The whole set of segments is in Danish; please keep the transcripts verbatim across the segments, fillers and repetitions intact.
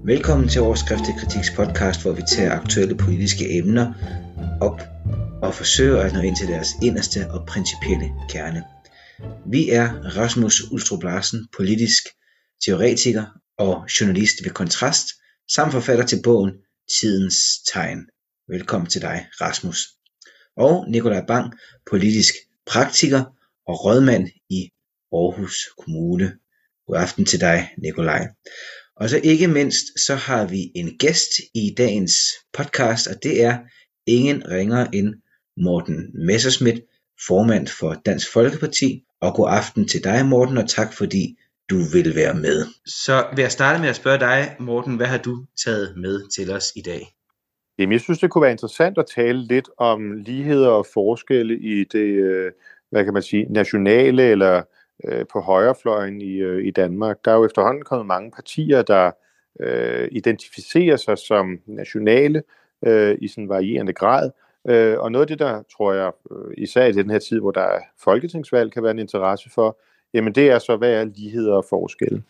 Velkommen til Overskriftet Kritiks podcast, hvor vi tager aktuelle politiske emner op og forsøger at nå ind til deres inderste og principielle kerne. Vi er Rasmus Ulstrup Larsen, politisk teoretiker og journalist ved Kontrast, samt forfatter til bogen Tidens Tegn. Velkommen til dig, Rasmus. Og Nikolaj Bang, politisk praktiker og rådmand i Aarhus Kommune. God aften til dig, Nikolaj. Og så ikke mindst, så har vi en gæst i dagens podcast, og det er ingen ringere end Morten Messerschmidt, formand for Dansk Folkeparti. Og god aften til dig, Morten, og tak fordi du vil være med. Så vil jeg starte med at spørge dig, Morten, hvad har du taget med til os i dag? Jamen, jeg synes, det kunne være interessant at tale lidt om ligheder og forskelle i det, hvad kan man sige, nationale eller på højrefløjen i, i Danmark. Der er jo efterhånden kommet mange partier, der øh, identificerer sig som nationale øh, i sådan varierende grad. Øh, og noget af det, der tror jeg, især i den her tid, hvor der er folketingsvalg, kan være en interesse for, jamen det er så, hvad er ligheder og forskelle?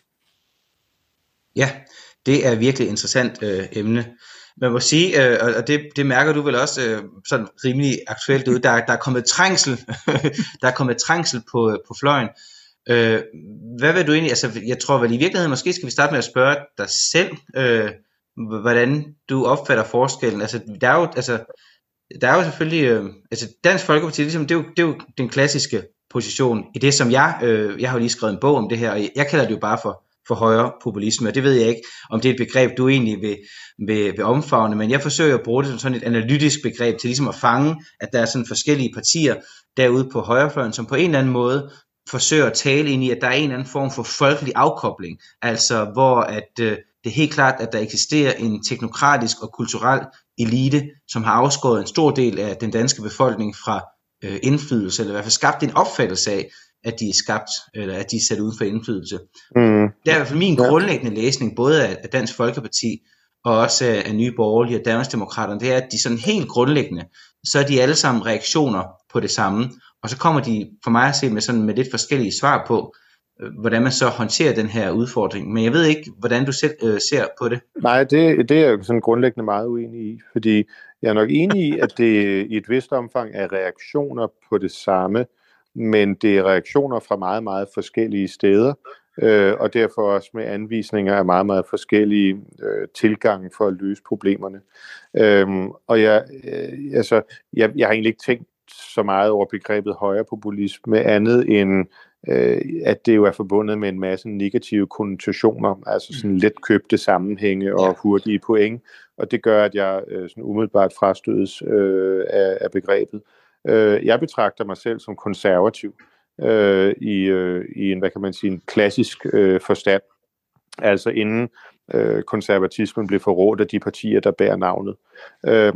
Ja, det er virkelig et interessant øh, emne. Man må sige, øh, og det, det mærker du vel også øh, sådan rimelig aktuelt ud, der, der er kommet trængsel, der er kommet trængsel på, på fløjen. Øh, hvad vil du egentlig, altså jeg tror vel i virkeligheden, måske skal vi starte med at spørge dig selv, øh, hvordan du opfatter forskellen. Altså der er jo, altså, der er jo selvfølgelig, øh, altså Dansk Folkeparti, ligesom, det, er jo, det er jo den klassiske position i det, som jeg, øh, jeg har jo lige skrevet en bog om det her, og jeg kalder det jo bare for, for højre populisme, og det ved jeg ikke, om det er et begreb, du egentlig vil, vil, vil omfavne, men jeg forsøger at bruge det som sådan et analytisk begreb, til ligesom at fange, at der er sådan forskellige partier derude på højrefløjen, som på en eller anden måde forsøger at tale ind i, at der er en eller anden form for folkelig afkobling, altså hvor at øh, det er helt klart, at der eksisterer en teknokratisk og kulturel elite, som har afskåret en stor del af den danske befolkning fra øh, indflydelse, eller i hvert fald skabt en opfattelse af, at de er skabt, eller at de er sat uden for indflydelse. Mm. Det er i hvert fald min grundlæggende læsning, både af, af Dansk Folkeparti, og også af, af Nye Borgerlige og Danmarksdemokraterne, det er, at de sådan helt grundlæggende, så er de alle sammen reaktioner på det samme, og så kommer de for mig at se med, sådan, med lidt forskellige svar på, øh, hvordan man så håndterer den her udfordring. Men jeg ved ikke, hvordan du selv øh, ser på det. Nej, det, det er jeg sådan grundlæggende meget uenig i, fordi jeg er nok enig i, at det i et vist omfang er reaktioner på det samme, men det er reaktioner fra meget, meget forskellige steder, øh, og derfor også med anvisninger af meget, meget forskellige øh, tilgange for at løse problemerne. Øhm, og jeg, øh, altså, jeg, jeg har egentlig ikke tænkt så meget over begrebet højrepopulisme andet end, øh, at det jo er forbundet med en masse negative konnotationer, altså sådan let købte sammenhænge og hurtige point, og det gør, at jeg øh, sådan umiddelbart frastødes øh, af, af begrebet. Øh, jeg betragter mig selv som konservativ øh, i, øh, i en, hvad kan man sige, en klassisk øh, forstand, altså inden øh, konservatismen blev forrådt af de partier, der bærer navnet. Øh,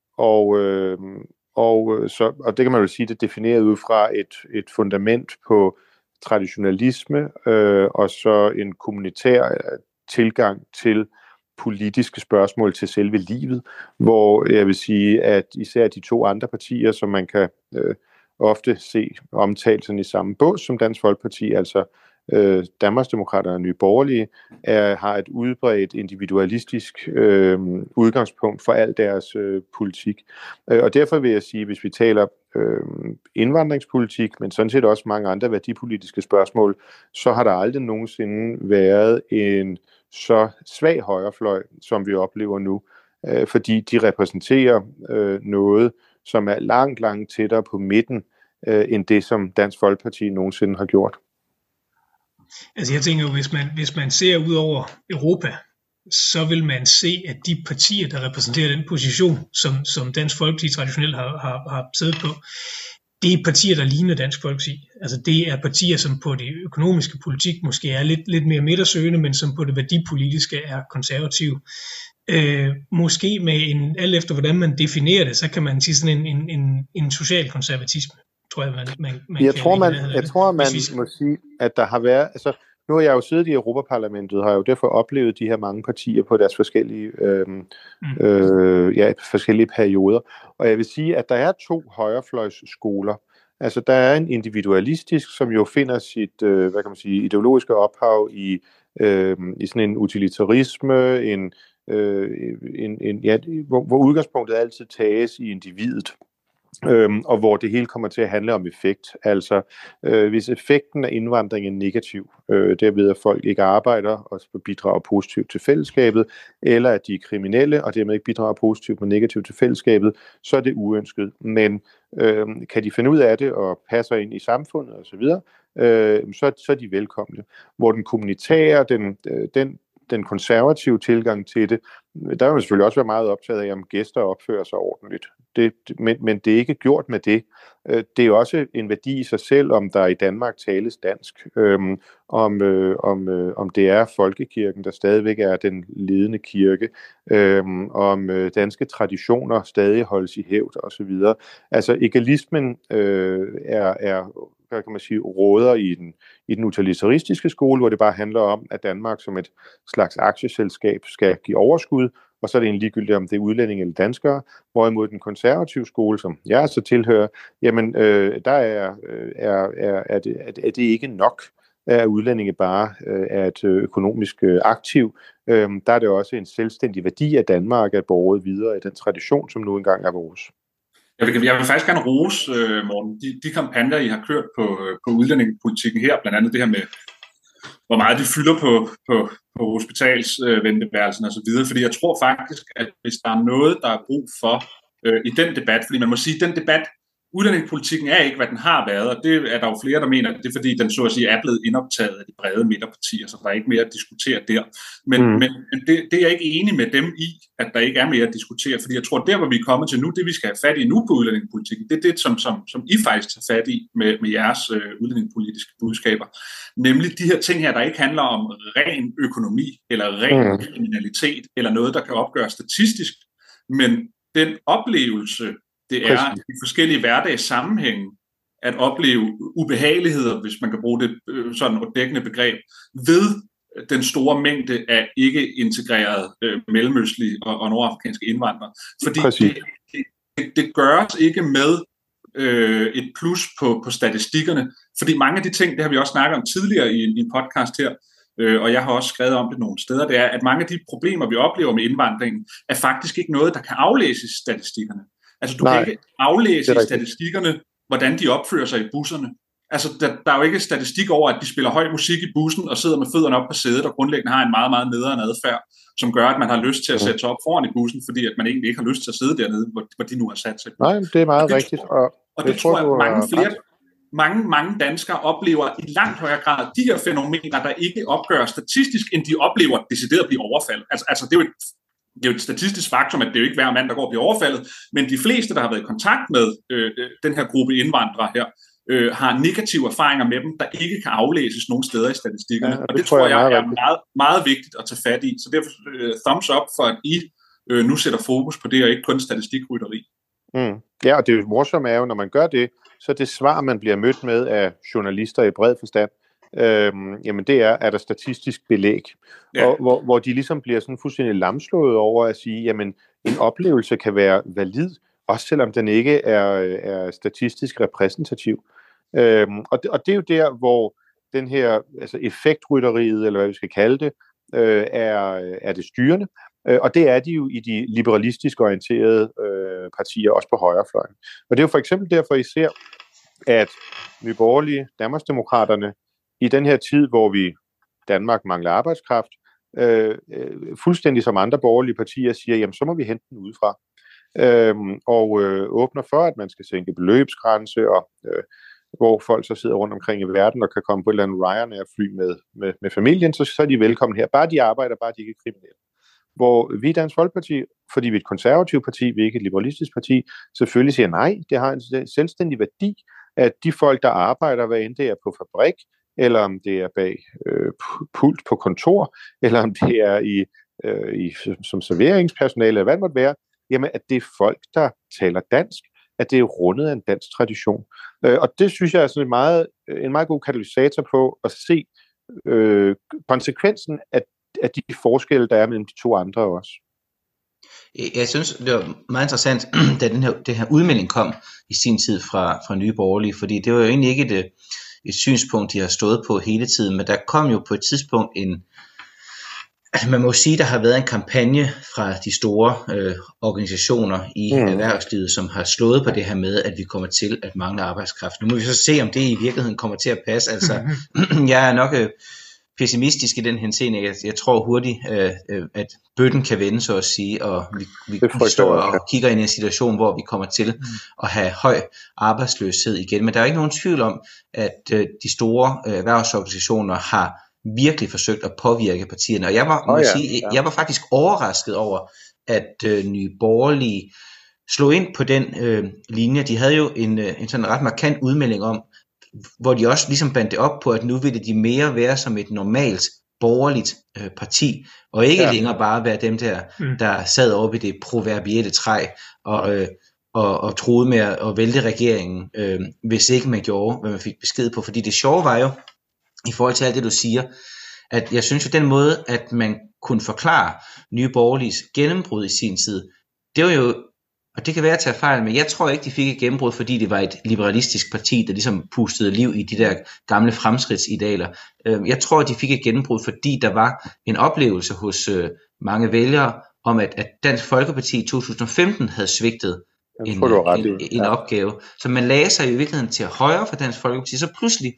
og øh, Og, så, og det kan man jo sige, det er defineret ud fra et, et fundament på traditionalisme øh, og så en kommunitær tilgang til politiske spørgsmål til selve livet, hvor jeg vil sige, at især de to andre partier, som man kan øh, ofte se omtalt sådan i samme bås som Dansk Folkeparti, altså øh, Danmarksdemokraterne og Nye Borgerlige, er, har et udbredt individualistisk øh, udgangspunkt for al deres øh, politik. Øh, og derfor vil jeg sige, hvis vi taler øh, indvandringspolitik, men sådan set også mange andre værdipolitiske spørgsmål, så har der aldrig nogensinde været en så svag højrefløj, som vi oplever nu, øh, fordi de repræsenterer øh, noget, som er langt, langt tættere på midten, øh, end det, som Dansk Folkeparti nogensinde har gjort. Altså jeg tænker jo, hvis man, hvis man ser ud over Europa, så vil man se, at de partier, der repræsenterer den position, som, som Dansk Folkeparti traditionelt har, har, har siddet på, det er partier, der ligner Dansk Folkeparti. Altså det er partier, som på det økonomiske politik måske er lidt, lidt mere midtersøgende, men som på det værdipolitiske er konservative. Øh, måske med en, alt efter hvordan man definerer det, så kan man sige sådan en, en, en, en social konservatisme. Tror jeg, man, man, man jeg, kan tror, man, jeg tror, man vi... må sige, at der har været, altså nu har jeg jo siddet i Europaparlamentet, har jeg jo derfor oplevet de her mange partier på deres forskellige, øh, mm. øh, ja, forskellige perioder, og jeg vil sige, at der er to højrefløjsskoler. Altså der er en individualistisk, som jo finder sit, øh, hvad kan man sige, ideologiske ophav i øh, i sådan en utilitarisme, en, øh, en, en, ja, hvor, hvor udgangspunktet altid tages i individet. Øhm, og hvor det hele kommer til at handle om effekt. Altså, øh, hvis effekten af indvandring er negativ, øh, derved at folk ikke arbejder og bidrager positivt til fællesskabet, eller at de er kriminelle og dermed ikke bidrager positivt, men negativt til fællesskabet, så er det uønsket. Men øh, kan de finde ud af det og passer ind i samfundet osv., øh, så, så er de velkomne. Hvor den kommunitære, den, den den konservative tilgang til det, der vil man selvfølgelig også være meget optaget af, om gæster opfører sig ordentligt. Det, men, men det er ikke gjort med det. Det er også en værdi i sig selv, om der i Danmark tales dansk, øhm, om, øh, om, øh, om det er folkekirken, der stadigvæk er den ledende kirke, øhm, om øh, danske traditioner stadig holdes i hævd osv. Altså egalismen øh, er, er kan man sige, råder i den, i den utilitaristiske skole, hvor det bare handler om, at Danmark som et slags aktieselskab skal give overskud, og så er det en ligegyldigt, om det er udlændinge eller danskere, hvorimod den konservative skole, som jeg så tilhører, jamen øh, der er, er, er, er, det, er det ikke nok, at udlændinge bare øh, er et økonomisk øh, aktiv. Øh, der er det også en selvstændig værdi af Danmark at borge videre i den tradition, som nu engang er vores. Jeg vil, jeg vil faktisk gerne rose, øh, Morten, de, de kampagner, I har kørt på, på udlændingepolitikken her, blandt andet det her med, hvor meget de fylder på, på, på hospitalsventeværelsen øh, og så videre, fordi jeg tror faktisk, at hvis der er noget, der er brug for øh, i den debat, fordi man må sige, at den debat, udlændingepolitikken er ikke, hvad den har været, og det er der jo flere, der mener, at det er fordi, den så at sige er blevet indoptaget af de brede midterpartier, så der er ikke mere at diskutere der. Men, mm. men det, det er jeg ikke enig med dem i, at der ikke er mere at diskutere, fordi jeg tror, der hvor vi er kommet til nu, det vi skal have fat i nu på udlændingepolitikken, det er det, som, som, som I faktisk tager fat i med, med jeres øh, udlændingepolitiske budskaber. Nemlig de her ting her, der ikke handler om ren økonomi, eller ren mm. kriminalitet, eller noget, der kan opgøres statistisk, men den oplevelse, det er i forskellige hverdagssammenhænge at opleve ubehageligheder, hvis man kan bruge det sådan et dækkende begreb, ved den store mængde af ikke-integrerede øh, mellemøstlige og, og nordafrikanske indvandrere. Fordi det, det, det gøres ikke med øh, et plus på, på statistikkerne, fordi mange af de ting, det har vi også snakket om tidligere i, i en podcast her, øh, og jeg har også skrevet om det nogle steder, det er, at mange af de problemer, vi oplever med indvandringen, er faktisk ikke noget, der kan aflæses i statistikkerne. Altså, du Nej, kan ikke aflæse i statistikkerne, hvordan de opfører sig i busserne. Altså, der, der er jo ikke statistik over, at de spiller høj musik i bussen og sidder med fødderne op på sædet og grundlæggende har en meget, meget nederen adfærd, som gør, at man har lyst til at sætte sig op foran i bussen, fordi at man egentlig ikke har lyst til at sidde dernede, hvor, hvor de nu har sat sig. Nej, det er meget og det, rigtigt. Og, og det tror jeg, mange flere, mange, mange danskere oplever i langt højere grad de her fænomener, der ikke opgør statistisk, end de oplever decideret at blive overfaldet. Altså, altså det er jo et Det er jo et statistisk faktum, at det er jo ikke hver mand, der går og bliver overfaldet, men de fleste, der har været i kontakt med øh, den her gruppe indvandrere her, øh, har negative erfaringer med dem, der ikke kan aflæses nogen steder i statistikkerne. Ja, og det, og det tror jeg, jeg er meget, meget vigtigt at tage fat i. Så derfor øh, thumbs up for, at I øh, nu sætter fokus på det, og ikke kun statistikrytteri. Mm. Ja, og det morsomme er jo, når man gør det, så det svar, man bliver mødt med af journalister i bred forstand, Øhm, jamen det er, er der statistisk belæg, ja. og, hvor, hvor de ligesom bliver sådan fuldstændig lamslået over at sige, jamen en oplevelse kan være valid, også selvom den ikke er, er statistisk repræsentativ. Øhm, og, det, og det er jo der, hvor den her altså effektrytteriet, eller hvad vi skal kalde det, øh, er, er det styrende, øh, og det er de jo i de liberalistisk orienterede øh, partier, også på højrefløjen. Og det er jo for eksempel derfor, I ser, at Nye Borgerlige, Danmarksdemokraterne, i den her tid, hvor vi Danmark mangler arbejdskraft, øh, øh, fuldstændig som andre borgerlige partier siger, jamen så må vi hente den udefra. Øh, og øh, åbner for, at man skal sænke beløbsgrænse, og øh, hvor folk så sidder rundt omkring i verden og kan komme på et eller andet Ryanair-fly med, med, med familien, så, så er de velkommen her. Bare de arbejder, bare de ikke er kriminelle. Hvor vi i Dansk Folkeparti, fordi vi er et konservativt parti, vi er ikke et liberalistisk parti, selvfølgelig siger nej, det har en selvstændig værdi, at de folk, der arbejder, hvad end det er på fabrik, eller om det er bag øh, pult på kontor, eller om det er i, øh, i som serveringspersonale, eller hvad det måtte være, jamen at det er folk, der taler dansk, at det er rundet af en dansk tradition. Øh, og det synes jeg er sådan en meget, en meget god katalysator på at se øh, konsekvensen af, af de forskelle, der er mellem de to andre også. Jeg synes, det var meget interessant, da den her, den her udmelding kom i sin tid fra, fra Nye Borgerlige, fordi det var jo egentlig ikke et, et synspunkt, de har stået på hele tiden, men der kom jo på et tidspunkt en, Altså man må sige, der har været en kampagne fra de store øh, organisationer i mm. erhvervslivet, som har slået på det her med, at vi kommer til at mangle arbejdskraft. Nu må vi så se, om det i virkeligheden kommer til at passe. Altså, jeg er nok øh, pessimistisk i den henseende. Jeg, jeg tror hurtigt, øh, øh, at bøtten kan vende, så at sige, og vi, vi står og kigger ind i en situation, hvor vi kommer til mm. at have høj arbejdsløshed igen. Men der er ikke nogen tvivl om, at øh, de store øh, erhvervsorganisationer har virkelig forsøgt at påvirke partierne, og jeg var, må oh, ja, sige, ja. jeg var faktisk overrasket over, at øh, Nye Borgerlige slog ind på den øh, linje. De havde jo en, øh, en sådan ret markant udmelding om, hvor de også ligesom bandte op på, at nu ville de mere være som et normalt borgerligt øh, parti, og ikke ja. længere bare være dem der, mm. der sad oppe i det proverbielle træ, og, øh, og, og troede med at, at vælte regeringen, øh, hvis ikke man gjorde, hvad man fik besked på. Fordi det sjove var jo, i forhold til alt det, du siger, at jeg synes jo, den måde, at man kunne forklare Nye Borgerliges gennembrud i sin tid, det var jo, og det kan være at tage fejl, men jeg tror ikke, de fik et gennembrud, fordi det var et liberalistisk parti, der ligesom pustede liv i de der gamle fremskridtsidealer. Jeg tror, de fik et gennembrud, fordi der var en oplevelse hos mange vælgere, om at, at Dansk Folkeparti i to tusind og femten havde svigtet en, en, en opgave. Så man lagde sig i virkeligheden til højre for Dansk Folkeparti, så pludselig,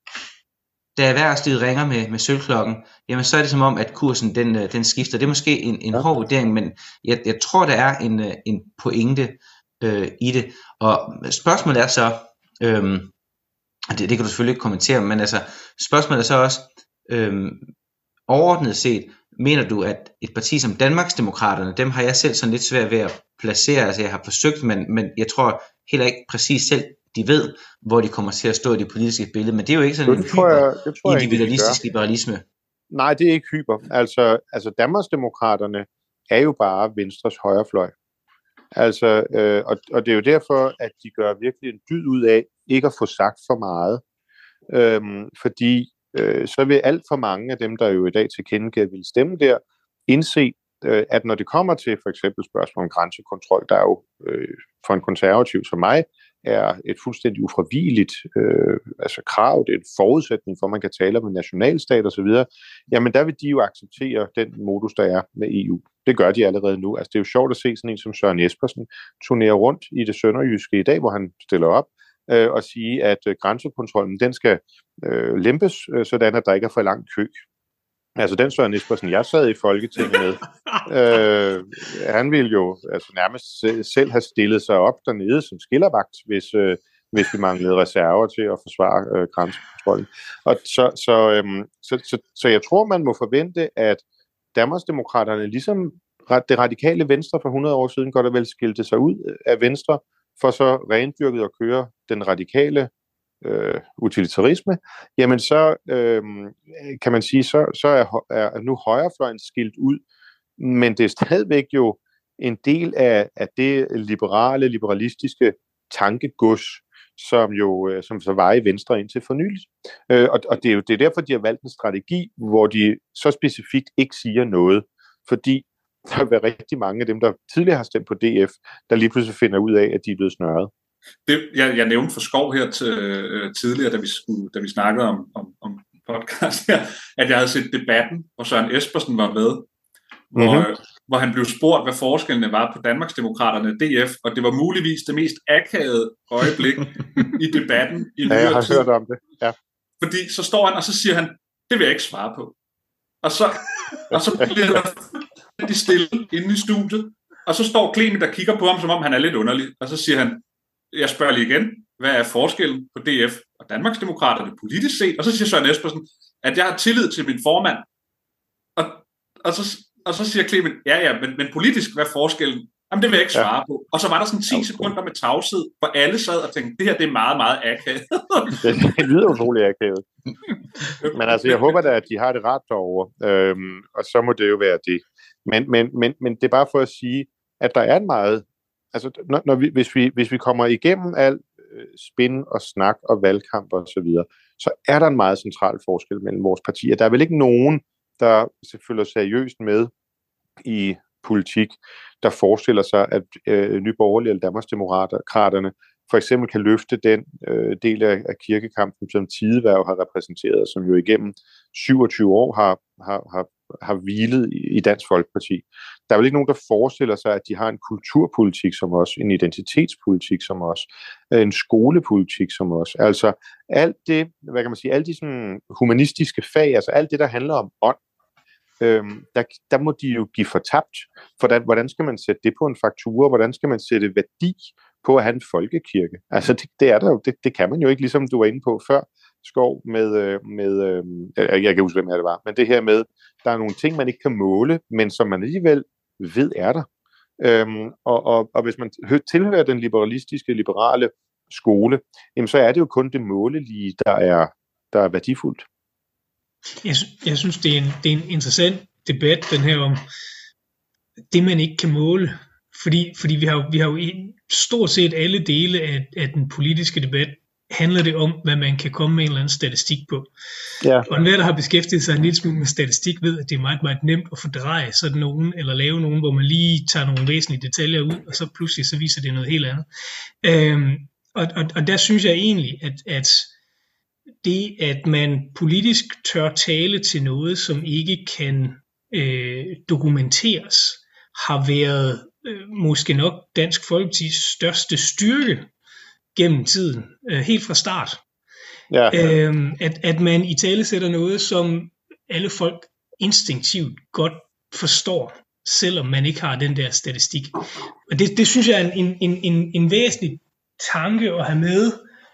da erhvervslivet ringer med, med sølvklokken, jamen så er det som om, at kursen den, den skifter. Det er måske en, en ja. hård vurdering, men jeg, jeg tror, der er en, en pointe øh, i det. Og spørgsmålet er så, øhm, det, det kan du selvfølgelig ikke kommentere, men altså, spørgsmålet er så også, øhm, overordnet set, mener du, at et parti som Danmarksdemokraterne, dem har jeg selv sådan lidt svært ved at placere, altså jeg har forsøgt, men, men jeg tror heller ikke præcis selv, de ved, hvor de kommer til at stå i det politiske billede, men det er jo ikke sådan det en tror jeg, det tror jeg individualistisk liberalisme. Nej, det er ikke hyper. Altså, altså Danmarksdemokraterne er jo bare Venstres højrefløj. Altså, øh, og, og det er jo derfor, at de gør virkelig en dyd ud af ikke at få sagt for meget. Øhm, fordi øh, så vil alt for mange af dem, der jo i dag tilkendegiver vil stemme der, indse, øh, at når det kommer til for eksempel spørgsmål om grænsekontrol, der er jo øh, for en konservativ som mig, er et fuldstændig ufravigeligt øh, altså krav, det er en forudsætning for, at man kan tale om en nationalstat osv., jamen der vil de jo acceptere den modus, der er med E U. Det gør de allerede nu. Altså det er jo sjovt at se sådan en som Søren Espersen turnere rundt i det sønderjyske i dag, hvor han stiller op øh, og sige, at øh, grænsekontrollen, den skal øh, lempes, øh, sådan at der ikke er for lang kø. Altså den Søren Espersen, jeg sad i Folketinget med, øh, han ville jo altså nærmest selv have stillet sig op dernede som skillervagt, hvis, øh, hvis vi manglede reserver til at forsvare øh, grænsekontrollen. Og så, så, øh, så, så, så jeg tror, man må forvente, at Danmarksdemokraterne, ligesom det radikale Venstre for hundrede år siden, godt og vel skilte sig ud af Venstre, for så rendyrket at køre den radikale Øh, utilitarisme, jamen så øh, kan man sige, så, så er, er nu højrefløjen skilt ud, men det er stadigvæk jo en del af, af det liberale, liberalistiske tankegods, som jo øh, som så var i Venstre indtil for nyligt. Øh, og, og det er jo det er derfor, de har valgt en strategi, hvor de så specifikt ikke siger noget, fordi der vil være rigtig mange af dem, der tidligere har stemt på D F, der lige pludselig finder ud af, at de er blevet snørret. Det, jeg, jeg nævnte for Skov her til, øh, tidligere, da vi, skulle, da vi snakkede om, om, om podcast her, at jeg havde set debatten, hvor Søren Espersen var med, hvor, mm-hmm. hvor han blev spurgt, hvad forskellene var på Danmarksdemokraterne og D F, og det var muligvis det mest akavede øjeblik i debatten. I ja, jeg har tid. hørt om det. Ja. Fordi så står han, og så siger han, det vil jeg ikke svare på. Og så, og så bliver der fuldstændig stille inde i studiet, og så står Clement og kigger på ham, som om han er lidt underlig, og så siger han, jeg spørger lige igen, hvad er forskellen på D F og Danmarksdemokraterne politisk set? Og så siger Søren Espersen, at jeg har tillid til min formand. Og, og, så, og så siger Clement, ja ja, men, men politisk, hvad er forskellen? Jamen det vil jeg ikke svare ja. på. Og så var der sådan ti okay. sekunder med tavshed, hvor alle sad og tænkte, det her det er meget, meget akavet. Det lyder utrolig akavet. Men altså, jeg håber da, at de har det ret derovre. Øhm, og så må det jo være det. Men, men, men, men det er bare for at sige, at der er en meget Altså, når, når vi, hvis, vi, hvis vi kommer igennem al øh, spin og snak og valgkamp og så videre, så er der en meget central forskel mellem vores partier. Der er vel ikke nogen, der følger seriøst med i politik, der forestiller sig, at øh, Nye Borgerlige eller Danmarksdemokraterne for eksempel kan løfte den øh, del af, af kirkekampen, som Tidehverv har repræsenteret, som jo igennem syvogtyve år har, har, har har hvilet i, i Dansk Folkeparti. Der er vel ikke nogen, der forestiller sig, at de har en kulturpolitik som os, en identitetspolitik som os, en skolepolitik som os. Altså alt det, hvad kan man sige, alle de sådan humanistiske fag, altså alt det, der handler om ånd, øhm, der, der må de jo give fortabt. For hvordan skal man sætte det på en faktura? Hvordan skal man sætte værdi på at have en folkekirke? Altså det, det er der jo, det, det kan man jo ikke, ligesom du var inde på før, Skov, med, med øh, jeg kan huske, hvem her det var, men det her med, der er nogle ting, man ikke kan måle, men som man alligevel ved er der. Øhm, og, og, og hvis man tilhører den liberalistiske, liberale skole, jamen, så er det jo kun det målelige, der er, der er værdifuldt. Jeg, jeg synes, det er, en, det er en interessant debat, den her om det, man ikke kan måle. Fordi, fordi vi har, vi har jo i stort set alle dele af, af den politiske debat, handler det om, hvad man kan komme med en eller anden statistik på. Ja. Og enhver, der har beskæftiget sig en lille smule med statistik, ved, at det er meget, meget nemt at fordreje sådan nogen, eller lave nogen, hvor man lige tager nogle væsentlige detaljer ud, og så pludselig så viser det noget helt andet. Øhm, og, og, og der synes jeg egentlig, at, at det, at man politisk tør tale til noget, som ikke kan øh, dokumenteres, har været øh, måske nok Dansk Folkepartis største styrke gennem tiden, øh, helt fra start. Ja. Øhm, at, at man i tale sætter noget, som alle folk instinktivt godt forstår, selvom man ikke har den der statistik. Og det, det synes jeg er en, en, en, en væsentlig tanke at have med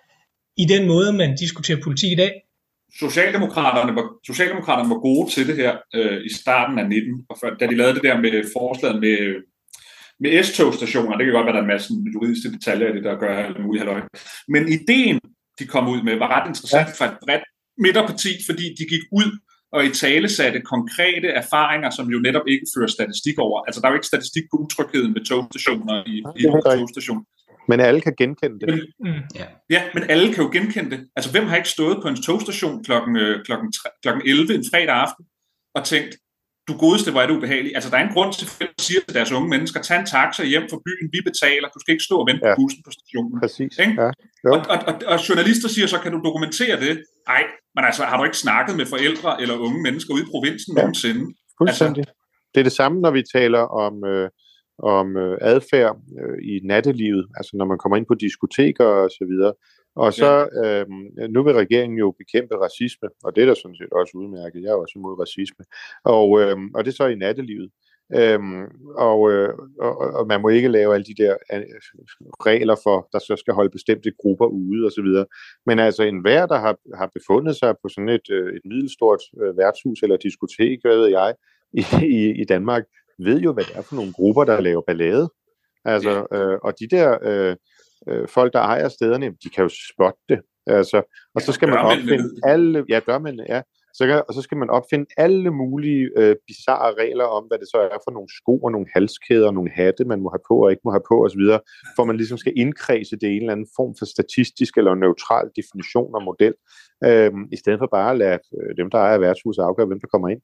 i den måde, man diskuterer politik i dag. Socialdemokraterne var, Socialdemokraterne var gode til det her øh, i starten af nitten, og før, da de lavede det der med forslaget med med S-togstationer. Det kan godt være, der er en masse juridiske detaljer i det, der gør alt muligt halløj. Men ideen, de kom ud med, var ret interessant for et bredt midterparti, fordi de gik ud og i tale satte konkrete erfaringer, som jo netop ikke fører statistik over. Altså, der er jo ikke statistik på utrygheden med togstationer i, i togstationer. Men alle kan genkende det. Men, mm. Ja, men alle kan jo genkende det. Altså, hvem har ikke stået på en togstation klokken, klokken, klokken elleve en fredag aften og tænkt, du godeste, hvor er det ubehageligt. Altså, der er en grund til, at de siger til deres unge mennesker, tag en taxa hjem fra byen, vi betaler, du skal ikke stå og vente ja. på bussen på stationen. Præcis. Ja. Og, og, og, og journalister siger så, kan du dokumentere det? Nej, men altså, har du ikke snakket med forældre eller unge mennesker ude i provinsen ja. nogensinde? Fuldstændig. Altså, det er det samme, når vi taler om, øh, om øh, adfærd øh, i nattelivet, altså når man kommer ind på diskoteker og så videre. Og så, ja. øhm, nu vil regeringen jo bekæmpe racisme, og det er der sådan set også udmærket. Jeg er også imod racisme. Og, øhm, og det er så i nattelivet. Øhm, og, øh, og, og man må ikke lave alle de der øh, regler for, der så skal holde bestemte grupper ude og så videre. Men altså enhver, der har, har befundet sig på sådan et, øh, et middelstort øh, værtshus eller diskotek, hvad ved jeg, i, i, i Danmark, ved jo, hvad det er for nogle grupper, der laver ballade. Altså, øh, og de der... Øh, folk, der ejer stederne, de kan jo spotte det. Altså, og så skal man opfinde alle, ja, dørmændene, ja, så kan, og så skal man opfinde alle mulige øh, bizarre regler om, hvad det så er for nogle sko og nogle halskæder og nogle hatte, man må have på og ikke må have på osv., for man ligesom skal indkredse det i en eller anden form for statistisk eller neutral definition og model, øh, i stedet for bare at lade øh, dem, der ejer værtshuset, afgøre, hvem der kommer ind.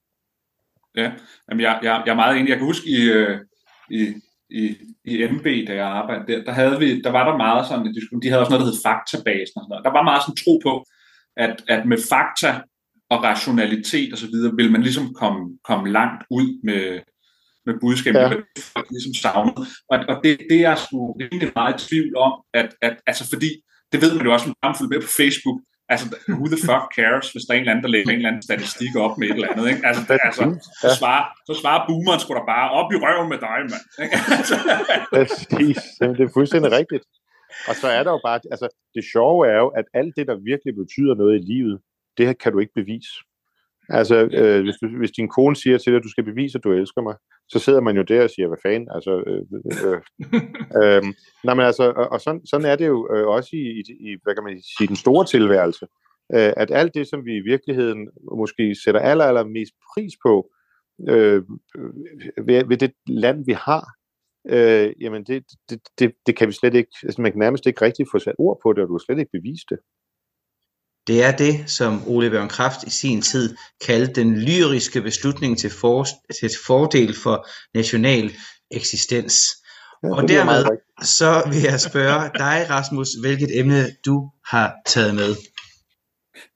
Ja, jamen jeg, jeg, jeg er meget enig. Jeg kan huske i, øh, i i, i M B, da jeg arbejdede der, der, havde vi, der var der meget sådan, de havde også noget, der hed faktabasen og sådan noget. Der var meget sådan tro på, at, at med fakta og rationalitet og så videre, vil man ligesom komme, komme langt ud med, med budskabet, ja. Det folk ligesom savnet. Og, og det, det er sgu rimelig meget i tvivl om, at, at altså fordi, det ved man jo også, man følger med på Facebook, altså, who the fuck cares, hvis der er en eller anden, der lægger en eller anden statistik op med et eller andet, ikke? Altså, altså så, svarer, så svarer boomeren sgu da bare, op i røven med dig, mand. Altså. Præcis, det er fuldstændig rigtigt. Og så er der jo bare, altså, det sjove er jo, at alt det, der virkelig betyder noget i livet, det kan du ikke bevise. Altså, øh, hvis, du, hvis din kone siger til dig, at du skal bevise, at du elsker mig, så sidder man jo der og siger, hvad fanden, altså, øh, øh, øh, nej, men altså, og, og sådan, sådan er det jo øh, også i, i, hvad kan man sige, den store tilværelse, øh, at alt det, som vi i virkeligheden måske sætter aller, aller mest pris på, øh, ved, ved det land, vi har, øh, jamen, det, det, det, det kan vi slet ikke, altså, man kan nærmest ikke rigtig få sat ord på det, og du kan slet ikke bevise det. Det er det, som Ole Wæren Kraft i sin tid kaldte den lyriske beslutning til, for, til fordel for national eksistens. Ja, og dermed så vil jeg spørge dig, Rasmus, hvilket emne du har taget med.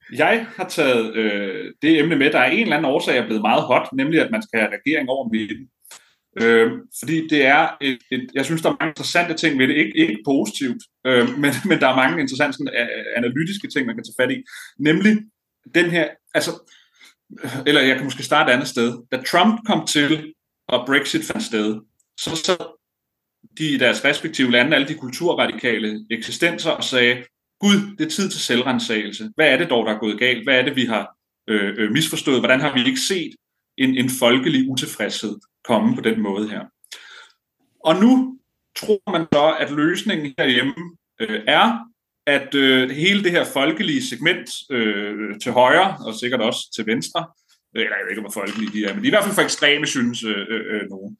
Jeg har taget øh, det emne med, der er en eller anden årsag, er blevet meget hot, nemlig at man skal have regering over midten. Øh, fordi det er et, et, jeg synes, der er mange interessante ting ved det, ikke, ikke positivt, øh, men, men der er mange interessante sådan, analytiske ting, man kan tage fat i. Nemlig den her, altså, eller jeg kan måske starte et andet sted. Da Trump kom til, og Brexit fandt sted, så sad de i deres respektive lande, alle de kulturradikale eksistenser, og sagde, Gud, det er tid til selvrensagelse. Hvad er det dog, der er gået galt? Hvad er det, vi har øh, misforstået? Hvordan har vi ikke set en, en folkelig utilfredshed komme på den måde her? Og nu tror man så, at løsningen herhjemme øh, er, at øh, hele det her folkelige segment øh, til højre, og sikkert også til venstre, øh, jeg ved ikke, hvor folkelige de er, men de er i hvert fald for ekstreme, synes øh, øh, nogen,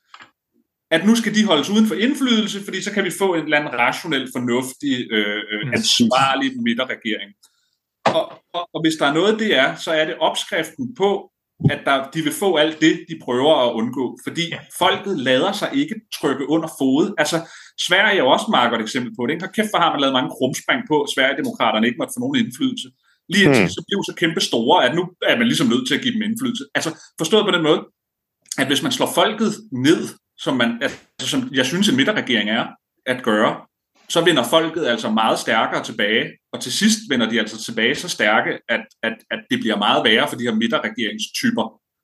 at nu skal de holdes uden for indflydelse, fordi så kan vi få en eller anden rationel, fornuftig, øh, ansvarlig midterregering. Og, og, og hvis der er noget, det er, så er det opskriften på, at der, de vil få alt det, de prøver at undgå. Fordi folket lader sig ikke trykke under fod. Altså, Sverige er jo også et meget godt eksempel på det. Ikke? Og kæft, for har man lavet mange krumspring på, at Sverigedemokraterne ikke måtte få nogen indflydelse. Lige indtil hmm. så blev så kæmpe store, at nu er man ligesom nødt til at give dem indflydelse. Altså, forstået på den måde, at hvis man slår folket ned, som, man, altså, som jeg synes, en midterregering er at gøre, så vender folket altså meget stærkere tilbage, og til sidst vender de altså tilbage så stærke, at, at, at det bliver meget værre for de her midterregeringstyper.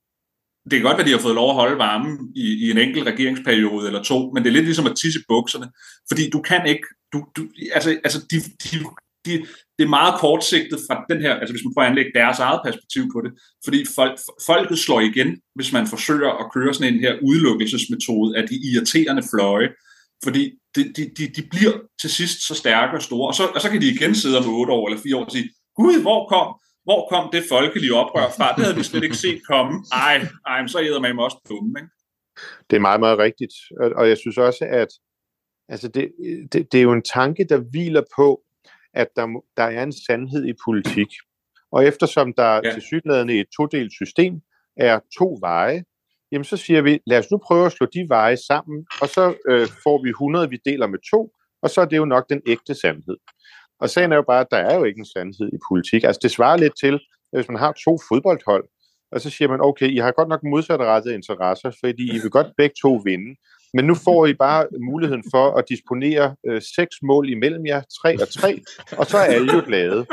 Det kan godt være, at de har fået lov at holde varmen i, i en enkelt regeringsperiode eller to, men det er lidt ligesom at tisse i bukserne, fordi du kan ikke, du, du, altså, altså de, de, de, det er meget kortsigtet fra den her, altså hvis man prøver at anlægge deres eget perspektiv på det, fordi folk, folket slår igen, hvis man forsøger at køre sådan en her udelukkelsesmetode af de irriterende fløje, fordi de, de, de, de bliver til sidst så stærke og store, og så, og så kan de igen sidde om otte år eller fire år og sige, gud, hvor kom, hvor kom det folkelige oprør fra? Det havde vi slet ikke set komme. Ej, ej så æder man også dumme, ikke? Det er meget, meget rigtigt, og, og jeg synes også, at altså det, det, det er jo en tanke, der hviler på, at der, der er en sandhed i politik, og eftersom der ja. tilsyneladende i et todelt system er to veje, jamen så siger vi, lad os nu prøve at slå de veje sammen, og så øh, får vi hundrede, vi deler med to, og så er det jo nok den ægte sandhed. Og sagen er jo bare, at der er jo ikke en sandhed i politik. Altså det svarer lidt til, hvis man har to fodboldhold, og så siger man, okay, I har godt nok modsatrettede interesser, fordi I vil godt begge to vinde, men nu får I bare muligheden for at disponere øh, seks mål imellem jer, tre og tre, og så er alle jo glade.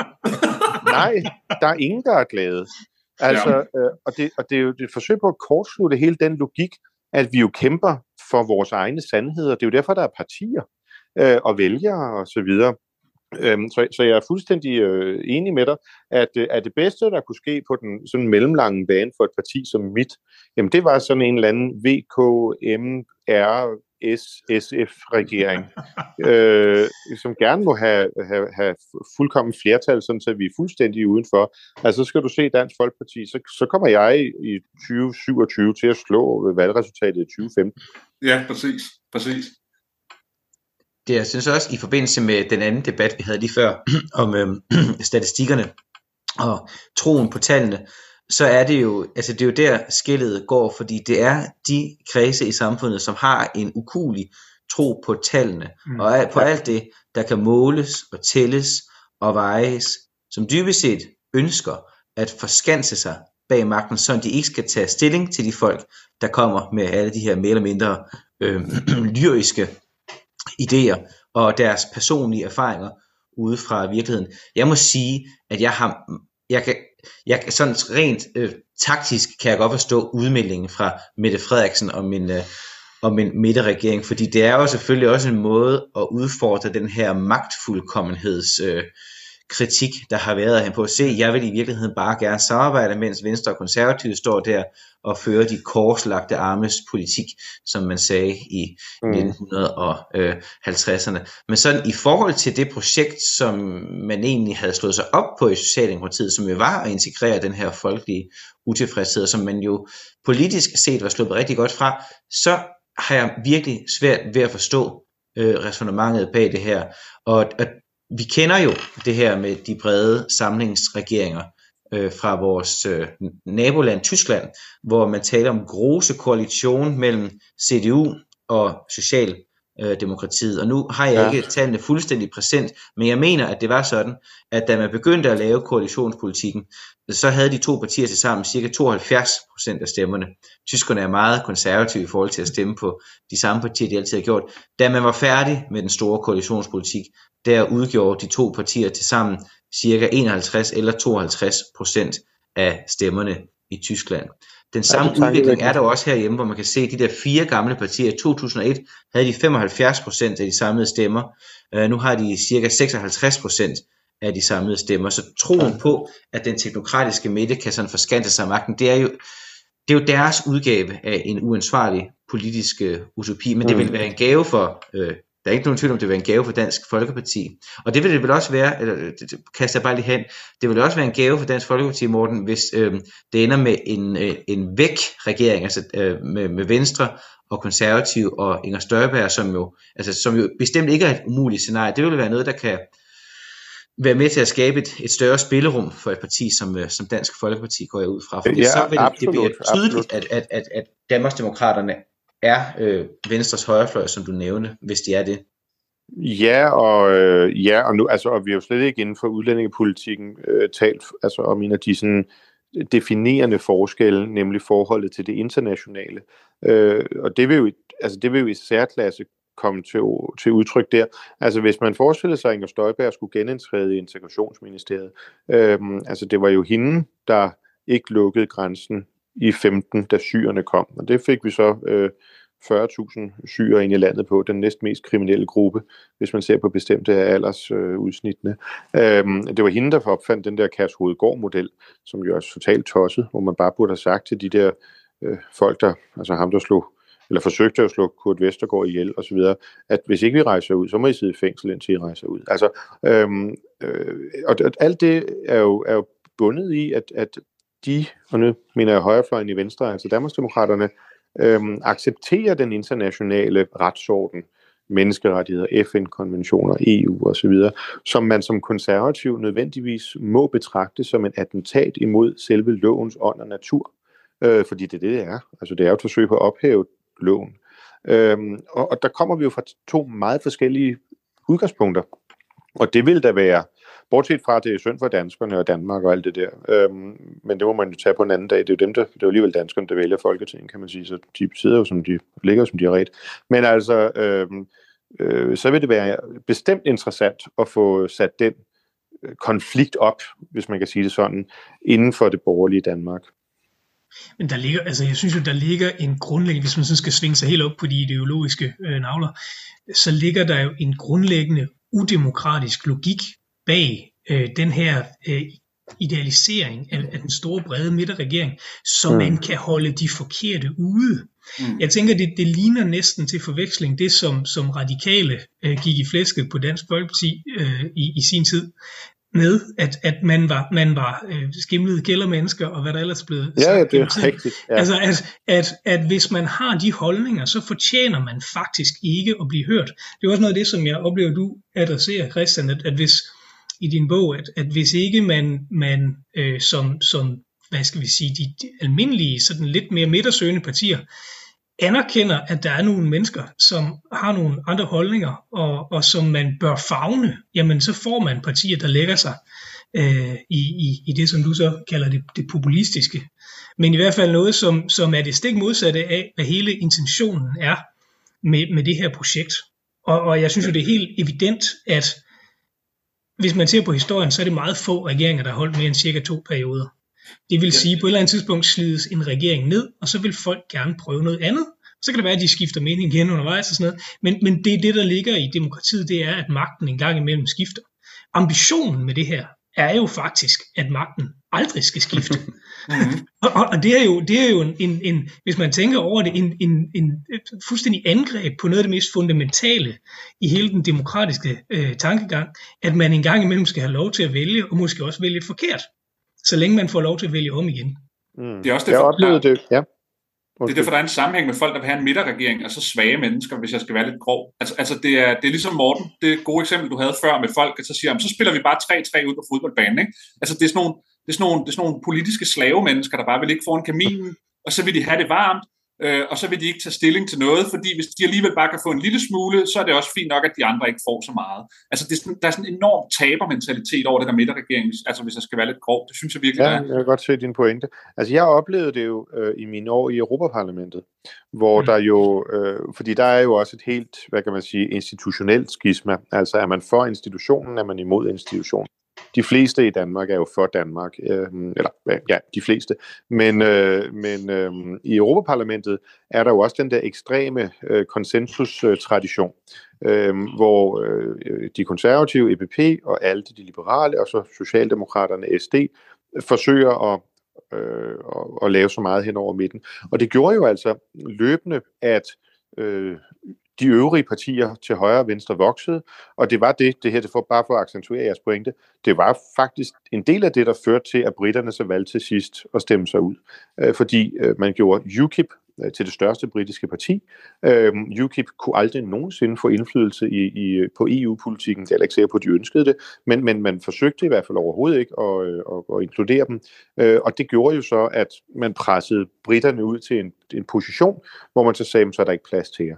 Nej, der er ingen, der er glade. Altså, øh, og, det, og det er jo et forsøg på at kortslutte hele den logik, at vi jo kæmper for vores egne sandheder. Det er jo derfor, der er partier øh, og vælgere og så videre. Øhm, så, så jeg er fuldstændig øh, enig med dig, at, øh, at det bedste, der kunne ske på den sådan mellemlange bane for et parti som mit, jamen det var sådan en eller anden V K M R S S F-regering, øh, som gerne må have, have, have fuldkommen flertal, sådan så vi er fuldstændig udenfor. Altså så skal du se Dansk Folkeparti, så, så kommer jeg i tyve syvogtyve til at slå valgresultatet i tyve femten. Ja, præcis. præcis. Det jeg synes også i forbindelse med den anden debat, vi havde lige før, om øhm, statistikkerne og troen på tallene, så er det jo, altså det er jo der skillet går, fordi det er de kredse i samfundet, som har en ukuelig tro på tallene, mm. og på alt det, der kan måles og tælles og vejes, som dybest set ønsker at forskanse sig bag magten, så de ikke skal tage stilling til de folk, der kommer med alle de her mere eller mindre øh, lyriske idéer og deres personlige erfaringer ude fra virkeligheden. Jeg må sige, at jeg har, jeg kan, jeg kan sådan rent øh, taktisk kan jeg godt forstå udmeldingen fra Mette Frederiksen om min, øh, om min midterregering, fordi det er jo selvfølgelig også en måde at udfordre den her magtfuldkommenheds øh, kritik, der har været af ham på at se, jeg vil i virkeligheden bare gerne samarbejde, mens Venstre og Konservative står der og fører de korslagte armes politik, som man sagde i mm. nitten halvtredserne. Men sådan i forhold til det projekt, som man egentlig havde slået sig op på i Socialdemokratiet, som jo var at integrere den her folkelige utilfredshed, som man jo politisk set var sluppet rigtig godt fra, så har jeg virkelig svært ved at forstå øh, ræsonnementet bag det her. Og at vi kender jo det her med de brede samlingsregeringer øh, fra vores øh, naboland Tyskland, hvor man taler om große koalition mellem C D U og øh, demokratiet. Og nu har jeg ikke tallene fuldstændig præsent, men jeg mener, at det var sådan, at da man begyndte at lave koalitionspolitikken, så havde de to partier til sammen cirka tooghalvfjerds procent af stemmerne. Tyskerne er meget konservative i forhold til at stemme på de samme partier, de altid har gjort. Da man var færdig med den store koalitionspolitik, der udgjorde de to partier til sammen cirka enoghalvtreds eller tooghalvtreds procent af stemmerne i Tyskland. Den samme ja, udvikling er der også herhjemme, hvor man kan se, at de der fire gamle partier i to tusind og et havde de femoghalvfjerds procent af de samlede stemmer. Uh, nu har de cirka seksoghalvtreds procent af de samlede stemmer. Så troen på, at den teknokratiske midte kan sådan forskante sig magten, det er jo, det er jo deres udgave af en uansvarlig politisk uh, utopi, men det vil være en gave for... Uh, Der er ikke nogen tvivl om, det vil være en gave for Dansk Folkeparti. Og det vil det vel også være, eller det kaster jeg bare lige hen, det vil også være en gave for Dansk Folkeparti, Morten, hvis øh, det ender med en, øh, en væk-regering, altså øh, med, med Venstre og Konservative og Inger Støjberg, som jo, altså, som jo bestemt ikke er et umuligt scenarie. Det vil være noget, der kan være med til at skabe et, et større spillerum for et parti som, øh, som Dansk Folkeparti, går jeg ud fra. For ja, så vil absolut, det blive tydeligt, at, at, at, at Danmarksdemokraterne er øh, Venstres højrefløj, som du nævnte, hvis de er det. Ja, og øh, ja, og nu altså og vi er jo slet ikke inden for udlændingepolitikken øh, talt altså om en af de sådan definerende forskelle, nemlig forholdet til det internationale. Øh, og det vil jo altså det vil jo i særklasse komme til, til udtryk der. Altså hvis man forestiller sig, at Inger Støjberg skulle genindtræde i Integrationsministeriet, øh, altså det var jo hende, der ikke lukkede grænsen i femten, da syrerne kom. Og det fik vi så øh, fyrre tusind syrere ind i landet på, den næstmest kriminelle gruppe, hvis man ser på bestemte aldersudsnittene. Øh, øhm, det var hende, der opfandt den der Kærshovedgård-model, som jo er totalt tosset, hvor man bare burde have sagt til de der øh, folk, der, altså ham, der slog, eller forsøgte at slå Kurt Vestergaard ihjel osv., at hvis ikke vi rejser ud, så må I sidde i fængsel, indtil I rejser ud. Altså, øh, øh, og alt det er jo, er jo bundet i, at, at de, og nu mener jeg højrefløjen i Venstre, altså Danmarksdemokraterne, øhm, accepterer den internationale retsorden, menneskerettigheder, F N-konventioner, E U osv., som man som konservativ nødvendigvis må betragte som en attentat imod selve lovens ånd og natur. Øh, fordi det er det, det er. Altså det er jo et forsøg på at ophæve loven. Øhm, og, og der kommer vi jo fra to meget forskellige udgangspunkter. Og det vil da være, bortset fra, at det er synd for danskerne og Danmark og alt det der. Øhm, men det må man jo tage på en anden dag. Det er jo dem, der, det er jo alligevel danskerne, der vælger Folketinget, kan man sige. Så de sidder jo som de, ligger som de har ret. Men altså, øhm, øh, så vil det være bestemt interessant at få sat den konflikt op, hvis man kan sige det sådan, inden for det borgerlige Danmark. Men der ligger, altså jeg synes jo, der ligger en grundlæggende, hvis man sådan skal svinge sig helt op på de ideologiske øh, navler, så ligger der jo en grundlæggende udemokratisk logik bag øh, den her øh, idealisering af, af den store brede midterregering, så mm. man kan holde de forkerte ude. Mm. Jeg tænker, det, det ligner næsten til forveksling det, som, som radikale øh, gik i flæsket på Dansk Folkeparti øh, i, i sin tid, med at, at man var, man var øh, skimlede gældermennesker, og hvad der ellers blev sagt. Ja, det er rigtigt. Ja. Altså, at, at, at hvis man har de holdninger, så fortjener man faktisk ikke at blive hørt. Det er også noget af det, som jeg oplever, du adresserer, Christian, at, at hvis i din bog, at, at hvis ikke man, man øh, som, som, hvad skal vi sige, de, de almindelige, sådan lidt mere midtersøgende partier, anerkender, at der er nogle mennesker, som har nogle andre holdninger, og, og som man bør favne, jamen så får man partier, der lægger sig øh, i, i, i det, som du så kalder det, det populistiske. Men i hvert fald noget, som, som er det stik modsatte af, hvad hele intentionen er med, med det her projekt. Og, og jeg synes jo, det er helt evident, at hvis man ser på historien, så er det meget få regeringer, der har holdt mere end cirka to perioder. Det vil sige, at på et eller andet tidspunkt slides en regering ned, og så vil folk gerne prøve noget andet. Så kan det være, at de skifter mening igen undervejs og sådan noget. Men, men det er det, der ligger i demokratiet, det er, at magten en gang imellem skifter. Ambitionen med det her er jo faktisk, at magten aldrig skal skifte. Mm-hmm. og, og det er jo, det er jo en, en, en, hvis man tænker over det, en, en, en fuldstændig angreb på noget af det mest fundamentale i hele den demokratiske øh, tankegang, at man en gang imellem skal have lov til at vælge, og måske også vælge forkert, så længe man får lov til at vælge om igen. Mm. Det er også derfor, jeg oplevede det, ja. Det er derfor, der er en sammenhæng med folk, der vil have en midterregering, og så svage mennesker, hvis jeg skal være lidt grov. Altså, altså det, er, det er ligesom Morten, det er et gode eksempel, du havde før med folk, at så siger, så spiller vi bare tre tre ud på fodboldbanen. Ikke? Altså det er, sådan nogle, det, er sådan nogle, det er sådan nogle politiske slavemennesker, der bare vil ikke foran kaminen, og så vil de have det varmt, øh, og så vil de ikke tage stilling til noget, fordi hvis de alligevel bare kan få en lille smule, så er det også fint nok, at de andre ikke får så meget. Altså det er sådan, der er sådan en enorm tabermentalitet over det der midterregering, altså hvis jeg skal være lidt grov. Det synes jeg virkelig, ja, der er. Jeg kan godt se din pointe. Altså jeg oplevede det jo øh, i mine år i Europaparlamentet, hvor mm. der jo, øh, fordi der er jo også et helt, hvad kan man sige, institutionelt skisma. Altså er man for institutionen, er man imod institutionen. De fleste i Danmark er jo for Danmark, øh, eller ja, de fleste. Men, øh, men øh, i Europaparlamentet er der jo også den der ekstreme øh, konsensus-tradition, øh, hvor øh, de konservative, E P P og alle de liberale, og så Socialdemokraterne, S D, forsøger at, øh, at, at lave så meget hen over midten. Og det gjorde jo altså løbende, at øh, de øvrige partier til højre og venstre voksede, og det var det, det her, det får bare for at accentuere jeres pointe, det var faktisk en del af det, der førte til, at britterne så valgte til sidst at stemme sig ud. Øh, fordi øh, man gjorde U KIP øh, til det største britiske parti. Øh, U KIP kunne aldrig nogensinde få indflydelse i, i, på E U-politikken, det er ikke sikker på, at de ønskede det, men, men man forsøgte i hvert fald overhovedet ikke at, at, at inkludere dem, øh, og det gjorde jo så, at man pressede britterne ud til en, en position, hvor man så sagde, så er der ikke plads til jer.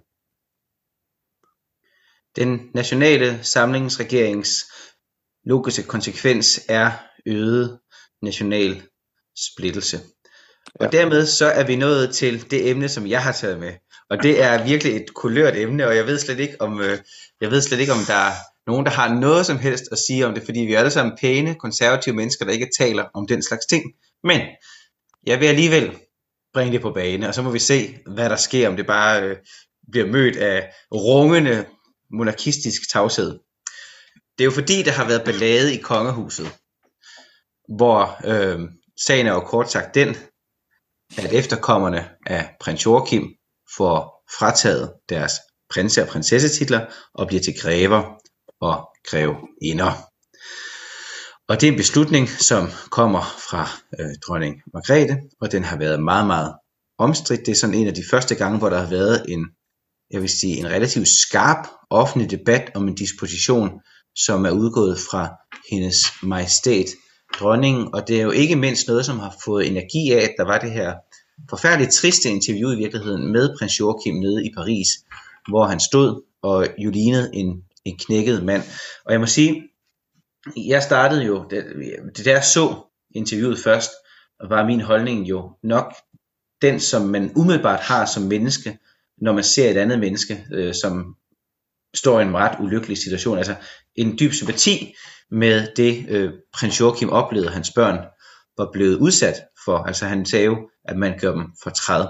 Den nationale samlingsregerings logiske konsekvens er øget national splittelse. Og ja. Dermed så er vi nået til det emne, som jeg har taget med. Og det er virkelig et kulørt emne, og jeg ved slet ikke, om, øh, jeg ved slet ikke, om der er nogen, der har noget som helst at sige om det, fordi vi er alle sammen pæne, konservative mennesker, der ikke taler om den slags ting. Men jeg vil alligevel bringe det på bane, og så må vi se, hvad der sker, om det bare øh, bliver mødt af rungende monarkistisk tavshed. Det er jo fordi, der har været ballade i kongehuset, hvor øh, sagen er jo kort sagt den, at efterkommerne af prins Joachim får frataget deres prinse- og prinsessetitler og bliver til grever og greveinder. Og det er en beslutning, som kommer fra øh, dronning Margrethe, og den har været meget, meget omstridt. Det er sådan en af de første gange, hvor der har været en jeg vil sige, en relativt skarp offentlig debat om en disposition, som er udgået fra hendes majestæt dronningen, og det er jo ikke mindst noget, som har fået energi af, at der var det her forfærdeligt triste interview i virkeligheden med prins Joachim nede i Paris, hvor han stod og jo lignede en, en knækket mand. Og jeg må sige, jeg startede jo, det, det der så interviewet først, var min holdning jo nok den, som man umiddelbart har som menneske, når man ser et andet menneske, øh, som står i en ret ulykkelig situation. Altså en dyb sympati med det, øh, prins Joachim oplevede, hans børn var blevet udsat for. Altså han sagde jo, at man gør dem fortræd.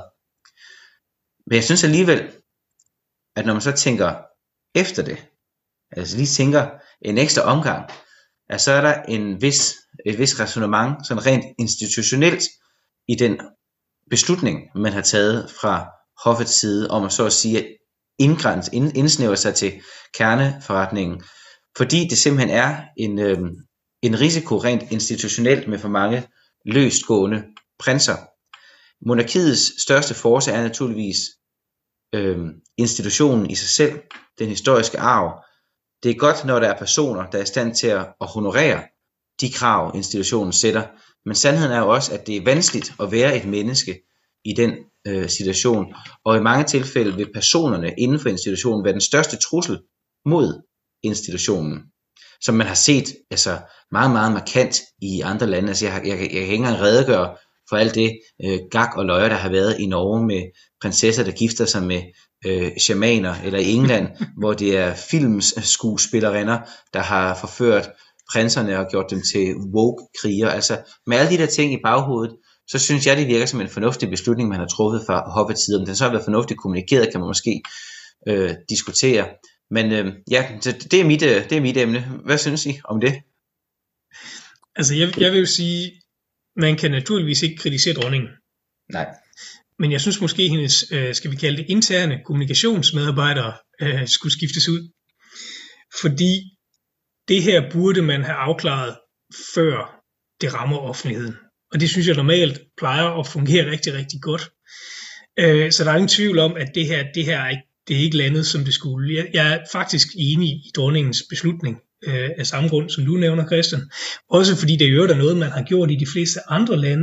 Men jeg synes alligevel, at når man så tænker efter det, altså lige tænker en ekstra omgang, at så er der en vis, et vis ræsonnement, sådan rent institutionelt, i den beslutning, man har taget fra hoffets side, om at så at sige indgrænse, ind, indsnævre sig til kerneforretningen, fordi det simpelthen er en, øh, en risiko rent institutionelt med for mange løstgående prinser. Monarkiets største force er naturligvis øh, institutionen i sig selv, den historiske arv. Det er godt, når der er personer, der er i stand til at honorere de krav, institutionen sætter, men sandheden er jo også, at det er vanskeligt at være et menneske i den øh, situation, og i mange tilfælde vil personerne inden for institutionen være den største trussel mod institutionen, som man har set altså meget, meget markant i andre lande. Altså jeg, jeg, jeg kan ikke engang redegøre for alt det øh, gak og løjer, der har været i Norge med prinsesser, der gifter sig med øh, shamaner, eller i England, hvor det er filmskuespillerinder, der har forført prinserne og gjort dem til woke-kriger. Altså med alle de der ting i baghovedet, så synes jeg, det virker som en fornuftig beslutning, man har truffet fra hoffets side. Om den så har været fornuftigt kommunikeret, kan man måske øh, diskutere. Men øh, ja, det er, mit, det er mit emne. Hvad synes I om det? Altså, jeg, jeg vil jo sige, man kan naturligvis ikke kritisere dronningen. Nej. Men jeg synes måske, hendes, øh, skal vi kalde det, interne kommunikationsmedarbejdere øh, skulle skiftes ud. Fordi det her burde man have afklaret, før det rammer offentligheden. Og det synes jeg normalt plejer at fungere rigtig, rigtig godt. Øh, så der er ingen tvivl om, at det her, det her er ikke, det er ikke landet, som det skulle. Jeg, jeg er faktisk enig i dronningens beslutning øh, af samme grund, som du nævner, Christian. Også fordi det jo er noget, man har gjort i de fleste andre lande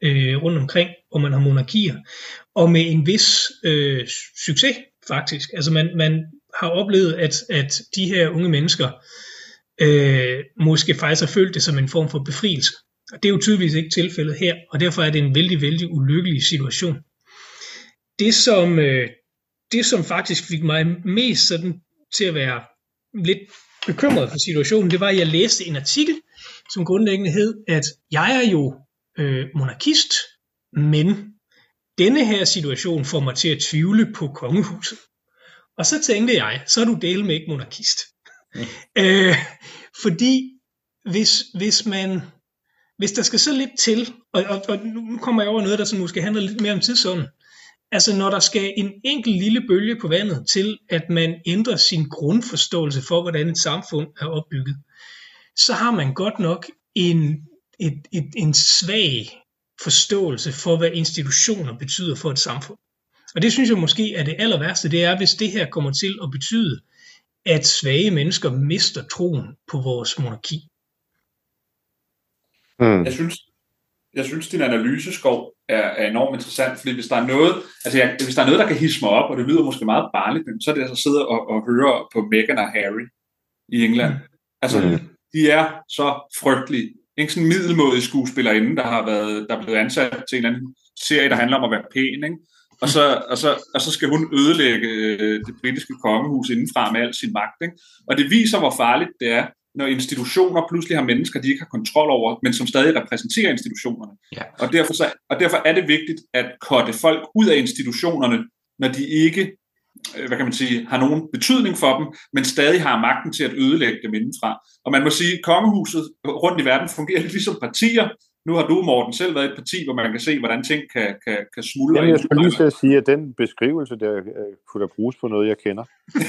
øh, rundt omkring, hvor man har monarkier, og med en vis øh, succes faktisk. Altså man, man har oplevet, at, at de her unge mennesker øh, måske faktisk har følt det som en form for befrielse. Og det er jo tydeligvis ikke tilfældet her, og derfor er det en vældig, vældig ulykkelig situation. Det som, øh, det, som faktisk fik mig mest sådan til at være lidt bekymret for situationen, det var, at jeg læste en artikel, som grundlæggende hed, at jeg er jo øh, monarkist, men denne her situation får mig til at tvivle på kongehuset. Og så tænkte jeg, så er du dele med ikke monarkist. Mm. Øh, fordi hvis, hvis man, hvis der skal så lidt til, og, og, og nu kommer jeg over noget, der sådan måske handler lidt mere om tidsånden, altså når der skal en enkelt lille bølge på vandet til, at man ændrer sin grundforståelse for, hvordan et samfund er opbygget, så har man godt nok en, et, et, en svag forståelse for, hvad institutioner betyder for et samfund. Og det synes jeg måske er det aller værste, det er, hvis det her kommer til at betyde, at svage mennesker mister troen på vores monarki. Mm. Jeg synes, jeg synes, din analyseskov er, er enormt interessant, fordi hvis der er noget, altså jeg, hvis der er noget, der kan hisse mig op, og det lyder måske meget barnligt, så er det altså at sidde og, og høre på Meghan og Harry i England. Mm. Altså, mm. de er så frygtelige. Ikke sådan en middelmådig skuespillerinde, der har været, der er blevet ansat til en eller anden serie, der handler om at være pæn, ikke? Og så, og, så, og så skal hun ødelægge øh, det britiske kongehus indenfra med al sin magt. Ikke? Og det viser, hvor farligt det er, når institutioner pludselig har mennesker, de ikke har kontrol over, men som stadig repræsenterer institutionerne. Ja. Og, derfor så, og derfor er det vigtigt at cutte folk ud af institutionerne, når de ikke hvad kan man sige, har nogen betydning for dem, men stadig har magten til at ødelægge dem indenfra. Og man må sige, at kongehuset rundt i verden fungerer lidt ligesom partier. Nu har du, Morten, selv været et parti, hvor man kan se, hvordan ting kan, kan, kan smuldre. Jamen, jeg skulle lige til at sige, at den beskrivelse, der kunne der bruges på noget, jeg kender.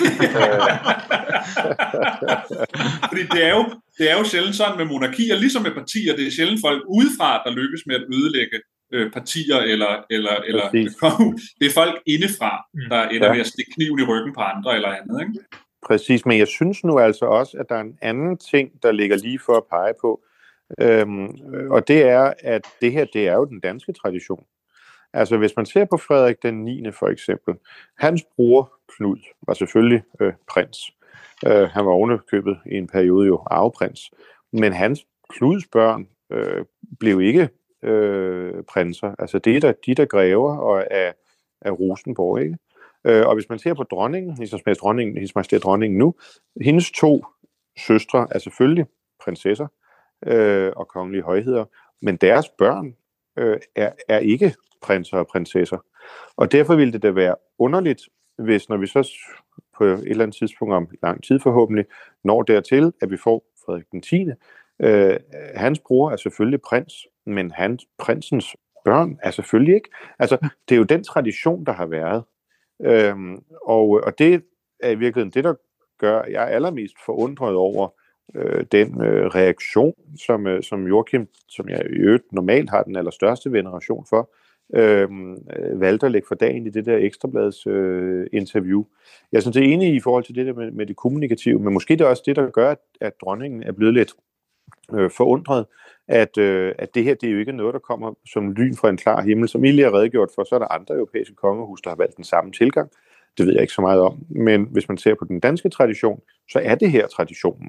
Fordi det er, jo, det er jo sjældent sådan med monarkier, ligesom med partier, det er sjældent folk udefra, der lykkes med at ødelægge øh, partier eller, eller, eller det er folk indefra, der ender ja. med at stikke kniven i ryggen på andre eller andet, ikke? Præcis, men jeg synes nu altså også, at der er en anden ting, der ligger lige for at pege på, Øhm, og det er, at det her, det er jo den danske tradition. Altså hvis man ser på Frederik den niende for eksempel, hans bror Knud var selvfølgelig øh, prins. Øh, han var ovenikøbet i en periode jo arveprins. Men hans Knuds børn øh, blev ikke øh, prinser. Altså det er der, de der grever og af, af Rosenborg, ikke? Øh, og hvis man ser på dronningen, hendes dronningen, hendes majestæt dronningen nu, hendes to søstre er selvfølgelig prinsesser, Øh, og kongelige højheder, men deres børn øh, er, er ikke prinser og prinsesser. Og derfor ville det da være underligt, hvis når vi så på et eller andet tidspunkt om lang tid forhåbentlig når dertil, at vi får Frederik den tiende. Øh, hans bror er selvfølgelig prins, men hans, prinsens børn er selvfølgelig ikke. Altså, det er jo den tradition, der har været. Øh, og, og det er i virkeligheden det, der gør, jeg er allermest forundret over, Øh, den øh, reaktion, som, øh, som Joachim, som jeg i øvrigt normalt har den allerstørste veneration for, øh, øh, valgte at lægge for dagen i det der Ekstrabladets øh, interview. Jeg er sådan set enig i forhold til det der med, med det kommunikative, men måske det er også det, der gør, at, at dronningen er blevet lidt øh, forundret, at, øh, at det her, det er jo ikke noget, der kommer som lyn fra en klar himmel. Som I lige har redegjort for, så er der andre europæiske kongehus, der har valgt den samme tilgang. Det ved jeg ikke så meget om, men hvis man ser på den danske tradition, så er det her traditionen.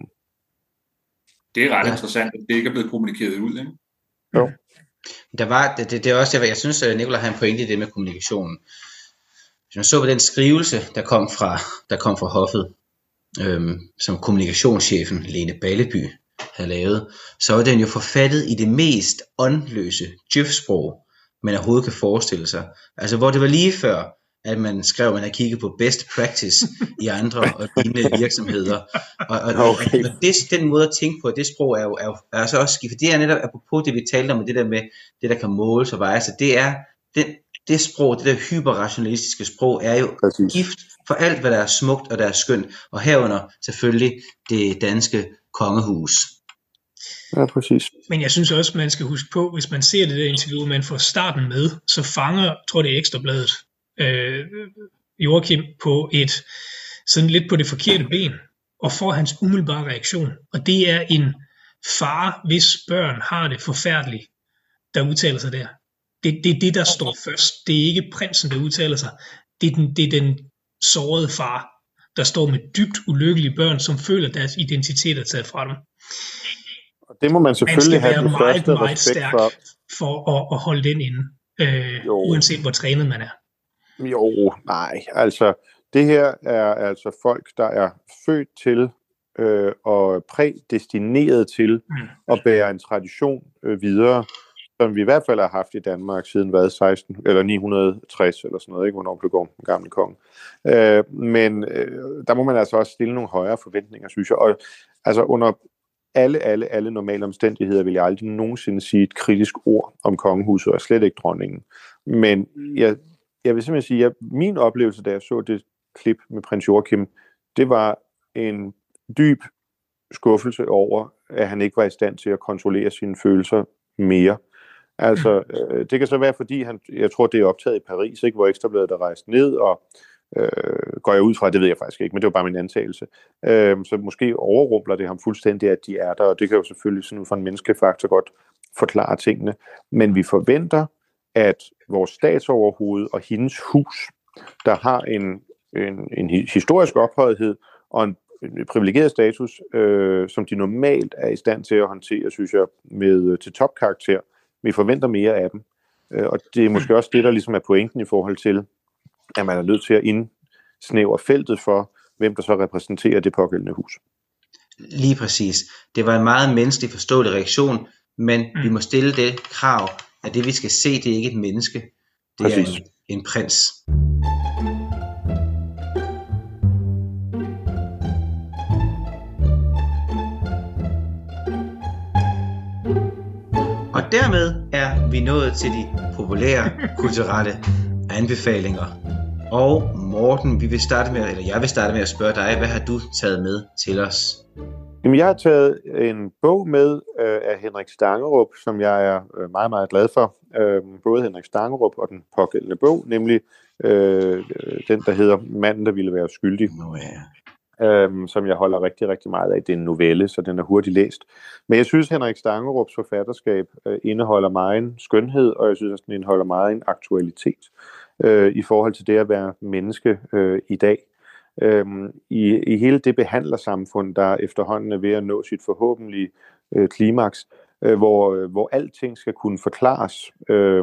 Det er ret ja. interessant, at det ikke er blevet kommunikeret ud, ikke? Jo. Der var, det, det, det er også, jeg, jeg synes, at Nicolai har en pointe i det med kommunikationen. Hvis man så på den skrivelse, der kom fra, der kom fra hoffet, øhm, som kommunikationschefen Lene Balleby havde lavet, så var den jo forfattet i det mest åndløse djøf-sprog, man overhovedet kan forestille sig. Altså, hvor det var lige før, at man skrev, at man havde kigget på best practice i andre og lignende virksomheder. Og, og, okay. og det, den måde at tænke på, det sprog er jo, er jo er altså også skidt, for det er netop apropos det, vi talte om, det der med det, der kan måles og vejes, så det er, det, det sprog, det der hyperrationalistiske sprog, er jo Præcis. gift for alt, hvad der er smukt og der er skønt, og herunder selvfølgelig det danske kongehus. Ja, præcis. Men jeg synes også, man skal huske på, hvis man ser det der interview, man får starten med, så fanger, tror det er Ekstrabladet, Øh, Joachim på et sådan lidt på det forkerte ben og får hans umiddelbare reaktion, og det er en far, hvis børn har det forfærdeligt, der udtaler sig der. det, det er det, der står først. Det er ikke prinsen, der udtaler sig. Det er den, det er den sårede far, der står med dybt ulykkelige børn, som føler, at deres identitet er taget fra dem. Og det må man selvfølgelig man have den meget, første meget respekt stærk for. For at, at holde den inde, øh, uanset hvor trænet man er. Jo, nej, altså det her er altså folk, der er født til øh, og prædestineret til mm. at bære en tradition øh, videre, som vi i hvert fald har haft i Danmark siden hvad, seksten eller ni hundrede og tres eller sådan noget, ikke, hvornår blev den gamle konge. Øh, men øh, der må man altså også stille nogle højere forventninger, synes jeg. Og altså under alle, alle, alle normale omstændigheder vil jeg aldrig nogensinde sige et kritisk ord om kongehuset, og slet ikke dronningen. Men jeg, jeg vil simpelthen sige, at min oplevelse, da jeg så det klip med prins Joachim, det var en dyb skuffelse over, at han ikke var i stand til at kontrollere sine følelser mere. Altså, øh, det kan så være, fordi han, jeg tror, det er optaget i Paris, ikke, hvor Ekstrabladet er rejst ned, og øh, går jeg ud fra, det ved jeg faktisk ikke, men det var bare min antagelse. Øh, så måske overrumpler det ham fuldstændig, at de er der, og det kan jo selvfølgelig sådan ud fra en menneskelig faktor godt forklare tingene. Men vi forventer, at vores statsoverhoved og hendes hus, der har en, en, en historisk ophøjethed og en privilegeret status, øh, som de normalt er i stand til at håndtere, synes jeg, med til topkarakter. Vi forventer mere af dem. Øh, og det er måske også det, der ligesom er pointen i forhold til, at man er nødt til at indsnævre feltet for, hvem der så repræsenterer det pågældende hus. Lige præcis. Det var en meget menneskelig forståelig reaktion, men mm. vi må stille det krav, at det vi skal se, det er ikke et menneske. Det præcis. er en, en prins. Og dermed er vi nået til de populære kulturelle anbefalinger. Og Morten, vi vil starte med, eller jeg vil starte med at spørge dig, hvad har du taget med til os? Jamen, jeg har taget en bog med øh, af Henrik Stangerup, som jeg er øh, meget, meget glad for. Øh, både Henrik Stangerup og den pågældende bog, nemlig øh, den, der hedder Manden, der ville være skyldig. Nå ja. Øhm, som jeg holder rigtig, rigtig meget af. Det er en novelle, så den er hurtigt læst. Men jeg synes, Henrik Stangerups forfatterskab øh, indeholder meget en skønhed, og jeg synes også, den indeholder meget en aktualitet øh, i forhold til det at være menneske øh, i dag. Øhm, i, I hele det behandlersamfund, der efterhånden er ved at nå sit forhåbentlige øh, klimaks, øh, hvor, øh, hvor alting skal kunne forklares øh,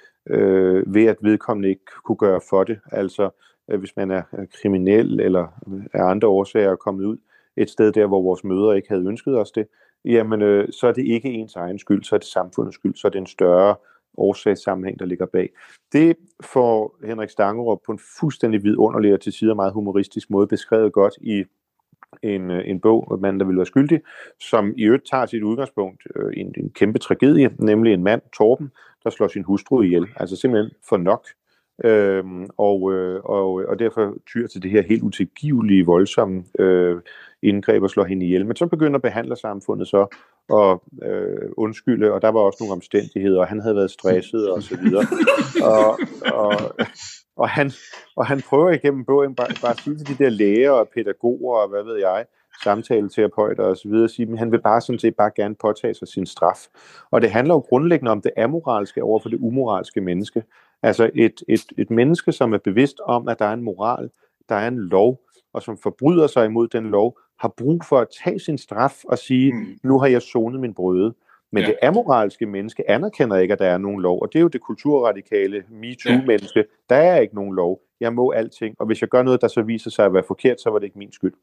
øh, ved, at vedkommende ikke kunne gøre for det. Altså, hvis man er kriminel eller af andre årsager er kommet ud et sted der, hvor vores mødre ikke havde ønsket os det, jamen øh, så er det ikke ens egen skyld, så er det samfundets skyld, så er det en større årsagssammenhæng, der ligger bag. Det får Henrik Stangerup på en fuldstændig vidunderlig og til sider meget humoristisk måde beskrevet godt i en, en bog, Manden, der ville være skyldig, som i øvrigt tager sit udgangspunkt øh, i en, en kæmpe tragedie, nemlig en mand, Torben, der slår sin hustru ihjel, altså simpelthen for nok. Øhm, og, øh, og, og derfor tyr til det her helt utilgivelige, voldsomme øh, indgreb og slår hende ihjel. Men så begynder behandlersamfundet så at øh, undskylde, og der var også nogle omstændigheder, og han havde været stresset og så videre. og, og, og, han, og han prøver igennem bogen bare, bare at sige til de der læger og pædagoger og hvad ved jeg, samtaleterapeuter og så videre, at sige, men han vil bare sådan set bare gerne påtage sig sin straf. Og det handler jo grundlæggende om det amoralske over for det umoralske menneske. Altså et, et, et menneske, som er bevidst om, at der er en moral, der er en lov, og som forbryder sig imod den lov, har brug for at tage sin straf og sige, mm. nu har jeg sonet min brøde. Men ja. Det amoralske menneske anerkender ikke, at der er nogen lov, og det er jo det kulturradikale MeToo-menneske. Der er ikke nogen lov. Jeg må alting, og hvis jeg gør noget, der så viser sig at være forkert, så var det ikke min skyld.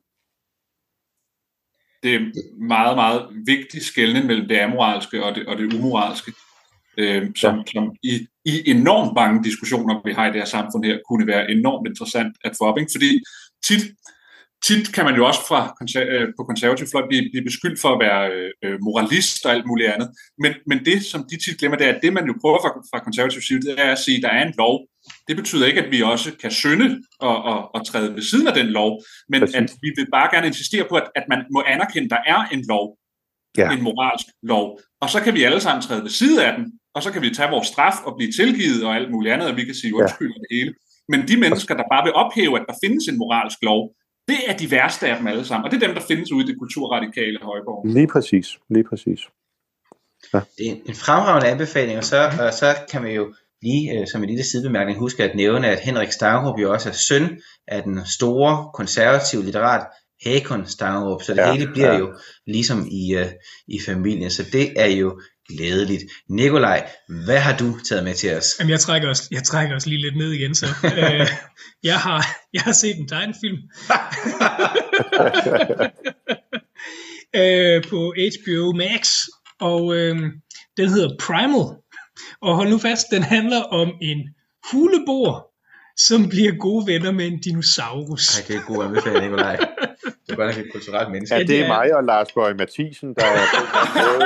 Det er meget, meget vigtigt skelne mellem det amoralske og det, og det umoralske. Øh, som, ja. som i, i enormt mange diskussioner, vi har i det her samfund her, kunne være enormt interessant at få op. Ikke? Fordi tit, tit kan man jo også fra på konservativ fløj blive, blive beskyldt for at være øh, moralist og alt muligt andet. Men, men det, som de tit glemmer, det er, at det man jo prøver fra, fra konservativ side, det er at sige, at der er en lov. Det betyder ikke, at vi også kan synde og, og, og træde ved siden af den lov, men Præcis. At vi vil bare gerne insistere på, at, at man må anerkende, at der er en lov. Ja. En moralsk lov. Og så kan vi alle sammen træde ved siden af den, og så kan vi tage vores straf og blive tilgivet og alt muligt andet, og vi kan sige undskyld og det hele. Men de mennesker, der bare vil ophæve, at der findes en moralsk lov, det er de værste af dem alle sammen, og det er dem, der findes ude i det kulturradikale Højborg. Lige præcis, lige præcis. Ja. Det er en fremragende anbefaling, og så, og så kan man jo lige øh, som en lille sidebemærkning huske at nævne, at Henrik Stangerup jo også er søn af den store konservative litterat Hakon Stangerup, så det ja, hele bliver ja. jo ligesom i, øh, i familien, så det er jo glædeligt. Nikolaj, hvad har du taget med til os? Jamen, jeg trækker os, jeg trækker os lige lidt ned igen, så. øh, jeg, har, jeg har set en tegnefilm øh, på H B O Max, og øh, den hedder Primal. Og hold nu fast, den handler om en fuglebor, som bliver gode venner med en dinosaurus. Ej, det er en god anbefaling, Nikolaj. Det er godt nok et kulturelt menneske. Ja, det er mig og Lars Bøje Mathisen, der er på en måde...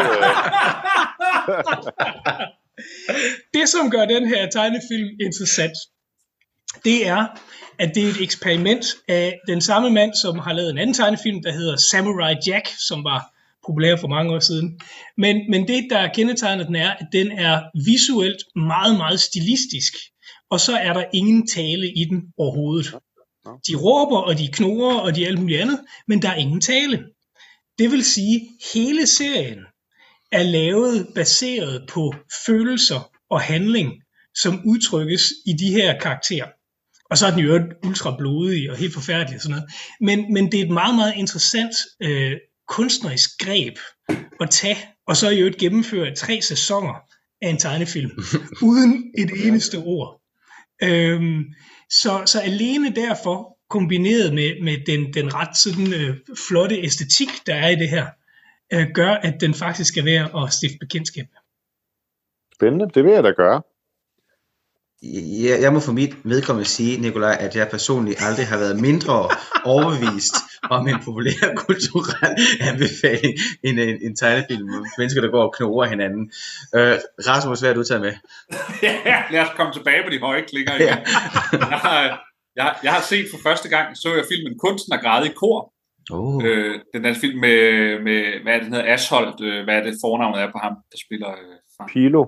Det, som gør den her tegnefilm interessant, det er, at det er et eksperiment af den samme mand, som har lavet en anden tegnefilm, der hedder Samurai Jack, som var populær for mange år siden. Men, men det, der kendetegner den, er, at den er visuelt meget, meget stilistisk, og så er der ingen tale i den overhovedet. De råber, og de knurrer, og de alt muligt andet, men der er ingen tale. Det vil sige, at hele serien er lavet baseret på følelser og handling, som udtrykkes i de her karakterer. Og så er den jo ultra blodig og helt forfærdelig og sådan noget. Men, men det er et meget, meget interessant øh, kunstnerisk greb at tage, og så er jo et gennemføre tre sæsoner af en tegnefilm, uden et eneste ord. Øhm, så, så alene derfor, kombineret med, med den, den ret sådan, øh, flotte æstetik, der er i det her, øh, gør, at den faktisk er værd at stifte bekendtskab. Spændende, det vil jeg da gøre. Jeg, jeg må for mit vedkommende sige, Nikolaj, at jeg personligt aldrig har været mindre overbevist om en populær kulturel anbefaling end en, en tegnefilm med mennesker, der går og knurrer hinanden. Øh, Rasmus, hvad har du taget med? Ja, lad os komme tilbage på de høje klinger igen. Ja. jeg, har, jeg, jeg har set for første gang, så jeg filmen Kunsten at græde i kor. Oh. Øh, den der film med, med, hvad er det, den hedder, Asholdt, øh, hvad er det fornavnet er på ham, der spiller... Øh, Pilo.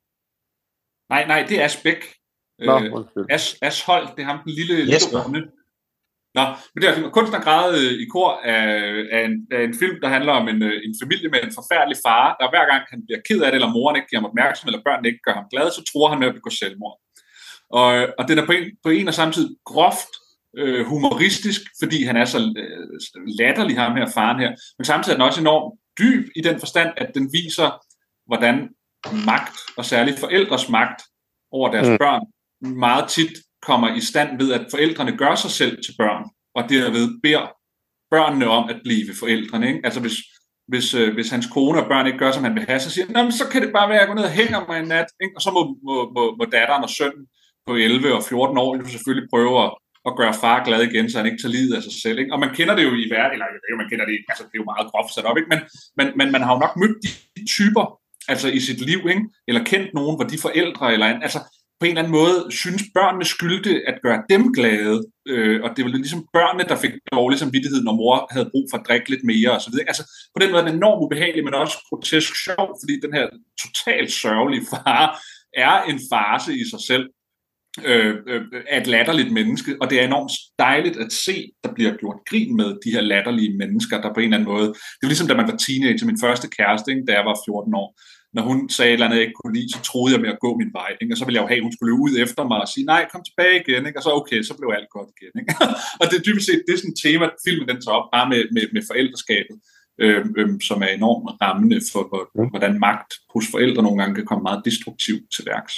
Nej, nej, det er Asbæk. Nå, øh, As, Asholdt, det er ham, den lille, lille runde. Nå, men det er film Kunsten at græde i kor er, er, en, er en film, der handler om en, en familie med en forfærdelig far, der hver gang han bliver ked af det, eller moren ikke giver ham opmærksomhed, eller børnene ikke gør ham glad, så tror han med at begå selvmord. Og, og den er på en, på en og samme tid groft øh, humoristisk, fordi han er så øh, latterlig, ham her faren her, men samtidig er den også enormt dyb i den forstand, at den viser, hvordan magt, og særligt forældres magt over deres mm. børn, meget tit kommer i stand ved, at forældrene gør sig selv til børn, og derved beder børnene om at blive forældrene. Ikke? Altså hvis, hvis, øh, hvis hans kone og børn ikke gør, som han vil have, så siger han, så kan det bare være, at jeg går ned og hænger mig en nat, ikke? Og så må, må, må, må datteren og sønnen på elleve og fjorten år jo selvfølgelig prøve at, at gøre far glad igen, så han ikke tager livet af sig selv. Ikke? Og man kender det jo i verden, eller jo, man kender det, altså det er jo meget groft sat op, ikke? Men, men, men man har jo nok mødt de typer, altså i sit liv, ikke? Eller kendt nogen, hvor de forældre, eller en, altså på en eller anden måde synes børnene skyldte at gøre dem glade, øh, og det var ligesom børnene, der fik dårlig samvittighed, når mor havde brug for at drikke lidt mere og så videre. Altså på den måde er det enormt ubehageligt, men også grotesk sjov, fordi den her totalt sørgelige far er en farce i sig selv øh, øh, af et latterligt menneske, og det er enormt dejligt at se, der bliver gjort grin med de her latterlige mennesker, der på en eller anden måde, det var ligesom da man var teenager, min første kæreste, ikke, da jeg var fjorten år, når hun sagde et eller andet, jeg ikke kunne lide, så troede jeg med at gå min vej, ikke? Og så ville jeg jo have, at hun skulle løbe ud efter mig og sige, nej, kom tilbage igen, ikke? Og så okay, så blev alt godt igen, ikke? Og det er dybest set, det er sådan et tema, filmen den tager op, bare med, med, med forældreskabet, øh, øh, som er enormt rammende for, for, hvordan magt hos forældre nogle gange kan komme meget destruktivt til værks.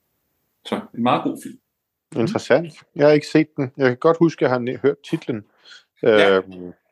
Så en meget god film. Interessant. Jeg har ikke set den. Jeg kan godt huske, at jeg har hørt titlen. Ja. Øh,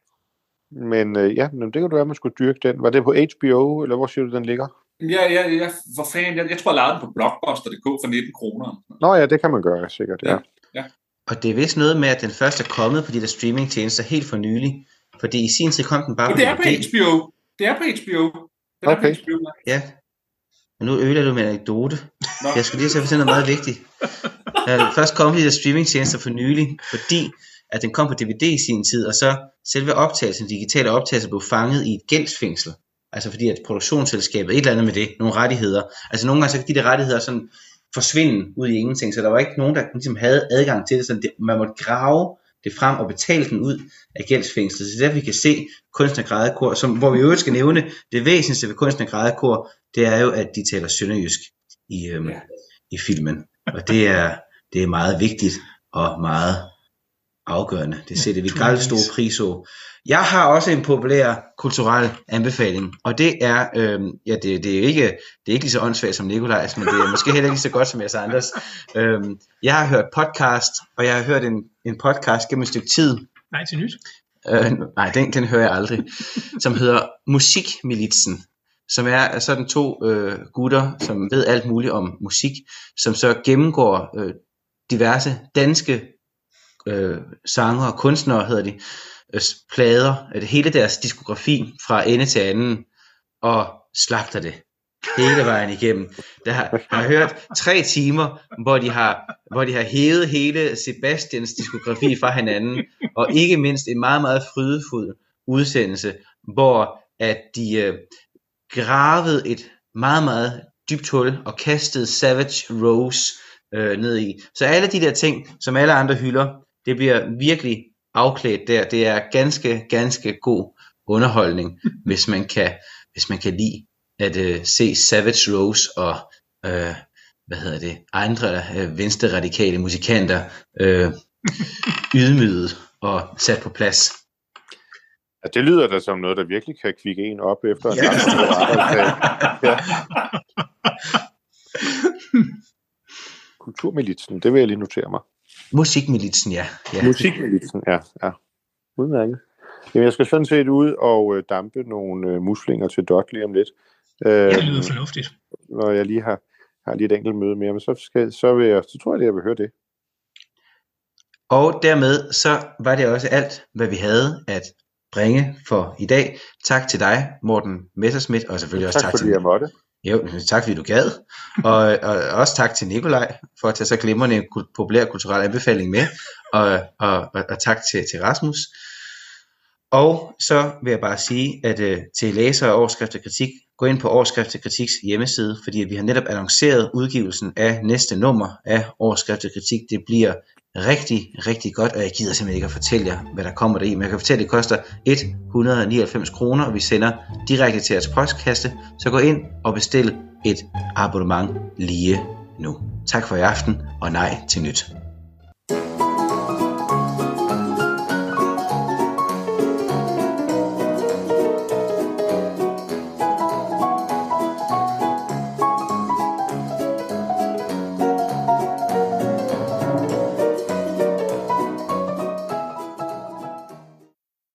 men øh, ja, det kan du være, man skulle dyrke den. Var det på H B O, eller hvor siger du, den ligger? Ja, ja, ja, hvor fanden, jeg, jeg tror, jeg lavede den på blockbuster punktum d k for nitten kroner. Nå ja, det kan man gøre, sikkert, ja. ja. ja. Og det er vist noget med, at den først er kommet på de der streamingtjenester helt for nylig, fordi i sin tid kom den bare på det er på H B O. Det er på H B O. Det er okay. på H B O. Ja. Men nu ødelægger du med en anekdote. Nå. Jeg skulle lige til at fortælle noget meget vigtigt. Den er først kommet på de der streamingtjenester for nylig, fordi at den kom på D V D i sin tid, og så selve optagelsen, digitale optagelser, blev fanget i et gældsfængsel. Altså fordi at produktionsselskabet, et eller andet med det, nogle rettigheder, altså nogle gange så kan de der rettigheder sådan forsvinde ud i ingenting, så der var ikke nogen, der ligesom havde adgang til det, så det, man måtte grave det frem og betale den ud af gældsfængslet. Så det er vi kan se Kunsten at græde i kor, som, hvor vi jo skal nævne, det væsentligste ved Kunsten at græde i kor, det er jo, at de taler sønderjysk i, øhm, ja. i filmen. Og det er, det er meget vigtigt og meget afgørende. Det sætter vi galt stor pris på. Jeg har også en populær kulturel anbefaling, og det er, øh, ja, det, det, er ikke, det er ikke lige så åndssvagt som Nikolajs, men det er måske heller ikke lige så godt som jeres andres. Øh, jeg har hørt podcast, og jeg har hørt en, en podcast gennem et stykke tid. Nej, til nyt. Øh, nej, den, den hører jeg aldrig. Som hedder Musikmilitsen, som er sådan to øh, gutter, som ved alt muligt om musik, som så gennemgår øh, diverse danske øh, sanger og kunstnere, hedder de, øh, plader, øh, hele deres diskografi fra ende til anden, og slagter det hele vejen igennem. Der har, har hørt tre timer, hvor de har, hvor de har hævet hele Sebastians diskografi fra hinanden, og ikke mindst en meget, meget frydefuld udsendelse, hvor at de øh, gravede et meget, meget dybt hul og kastede Savage Rose øh, ned i. Så alle de der ting, som alle andre hylder, det bliver virkelig afklædt der. Det er ganske, ganske god underholdning, hvis man kan, hvis man kan lide at øh, se Savage Rose og øh, hvad hedder det, andre øh, venstre radikale musikanter øh, ydmyget og sat på plads. Ja, det lyder da som noget, der virkelig kan kvikke en op efter en ja. ja. Kulturmilitsen, det vil jeg lige notere mig. Musikmilitsen, ja. ja. Musikmilitsen, ja. ja. Udmærket. Jamen, jeg skal sådan set ud og øh, dampe nogle øh, muslinger til Dot lige om lidt. Øh, ja, det lyder fornuftigt. Når jeg lige har, har lige et enkelt møde mere, men så, skal, så, vil jeg, så tror jeg, at jeg vil høre det. Og dermed så var det også alt, hvad vi havde at bringe for i dag. Tak til dig, Morten Messerschmidt, og selvfølgelig også tak, tak fordi til jeg måtte. Jo, tak fordi du gad. Og, og også tak til Nikolaj for at tage så glimrende en populær kulturel anbefaling med. Og, og, og, og tak til, til Rasmus. Og så vil jeg bare sige, at uh, til læsere af Overskrift og Kritik, gå ind på Overskrift og Kritiks hjemmeside, fordi vi har netop annonceret udgivelsen af næste nummer af Overskrift og Kritik. Det bliver rigtig, rigtig godt, og jeg gider simpelthen ikke at fortælle jer, hvad der kommer deri, men jeg kan fortælle, at det koster et hundrede og nioghalvfems kroner, og vi sender direkte til jeres postkasse, så gå ind og bestil et abonnement lige nu. Tak for i aften, og nej til nyt.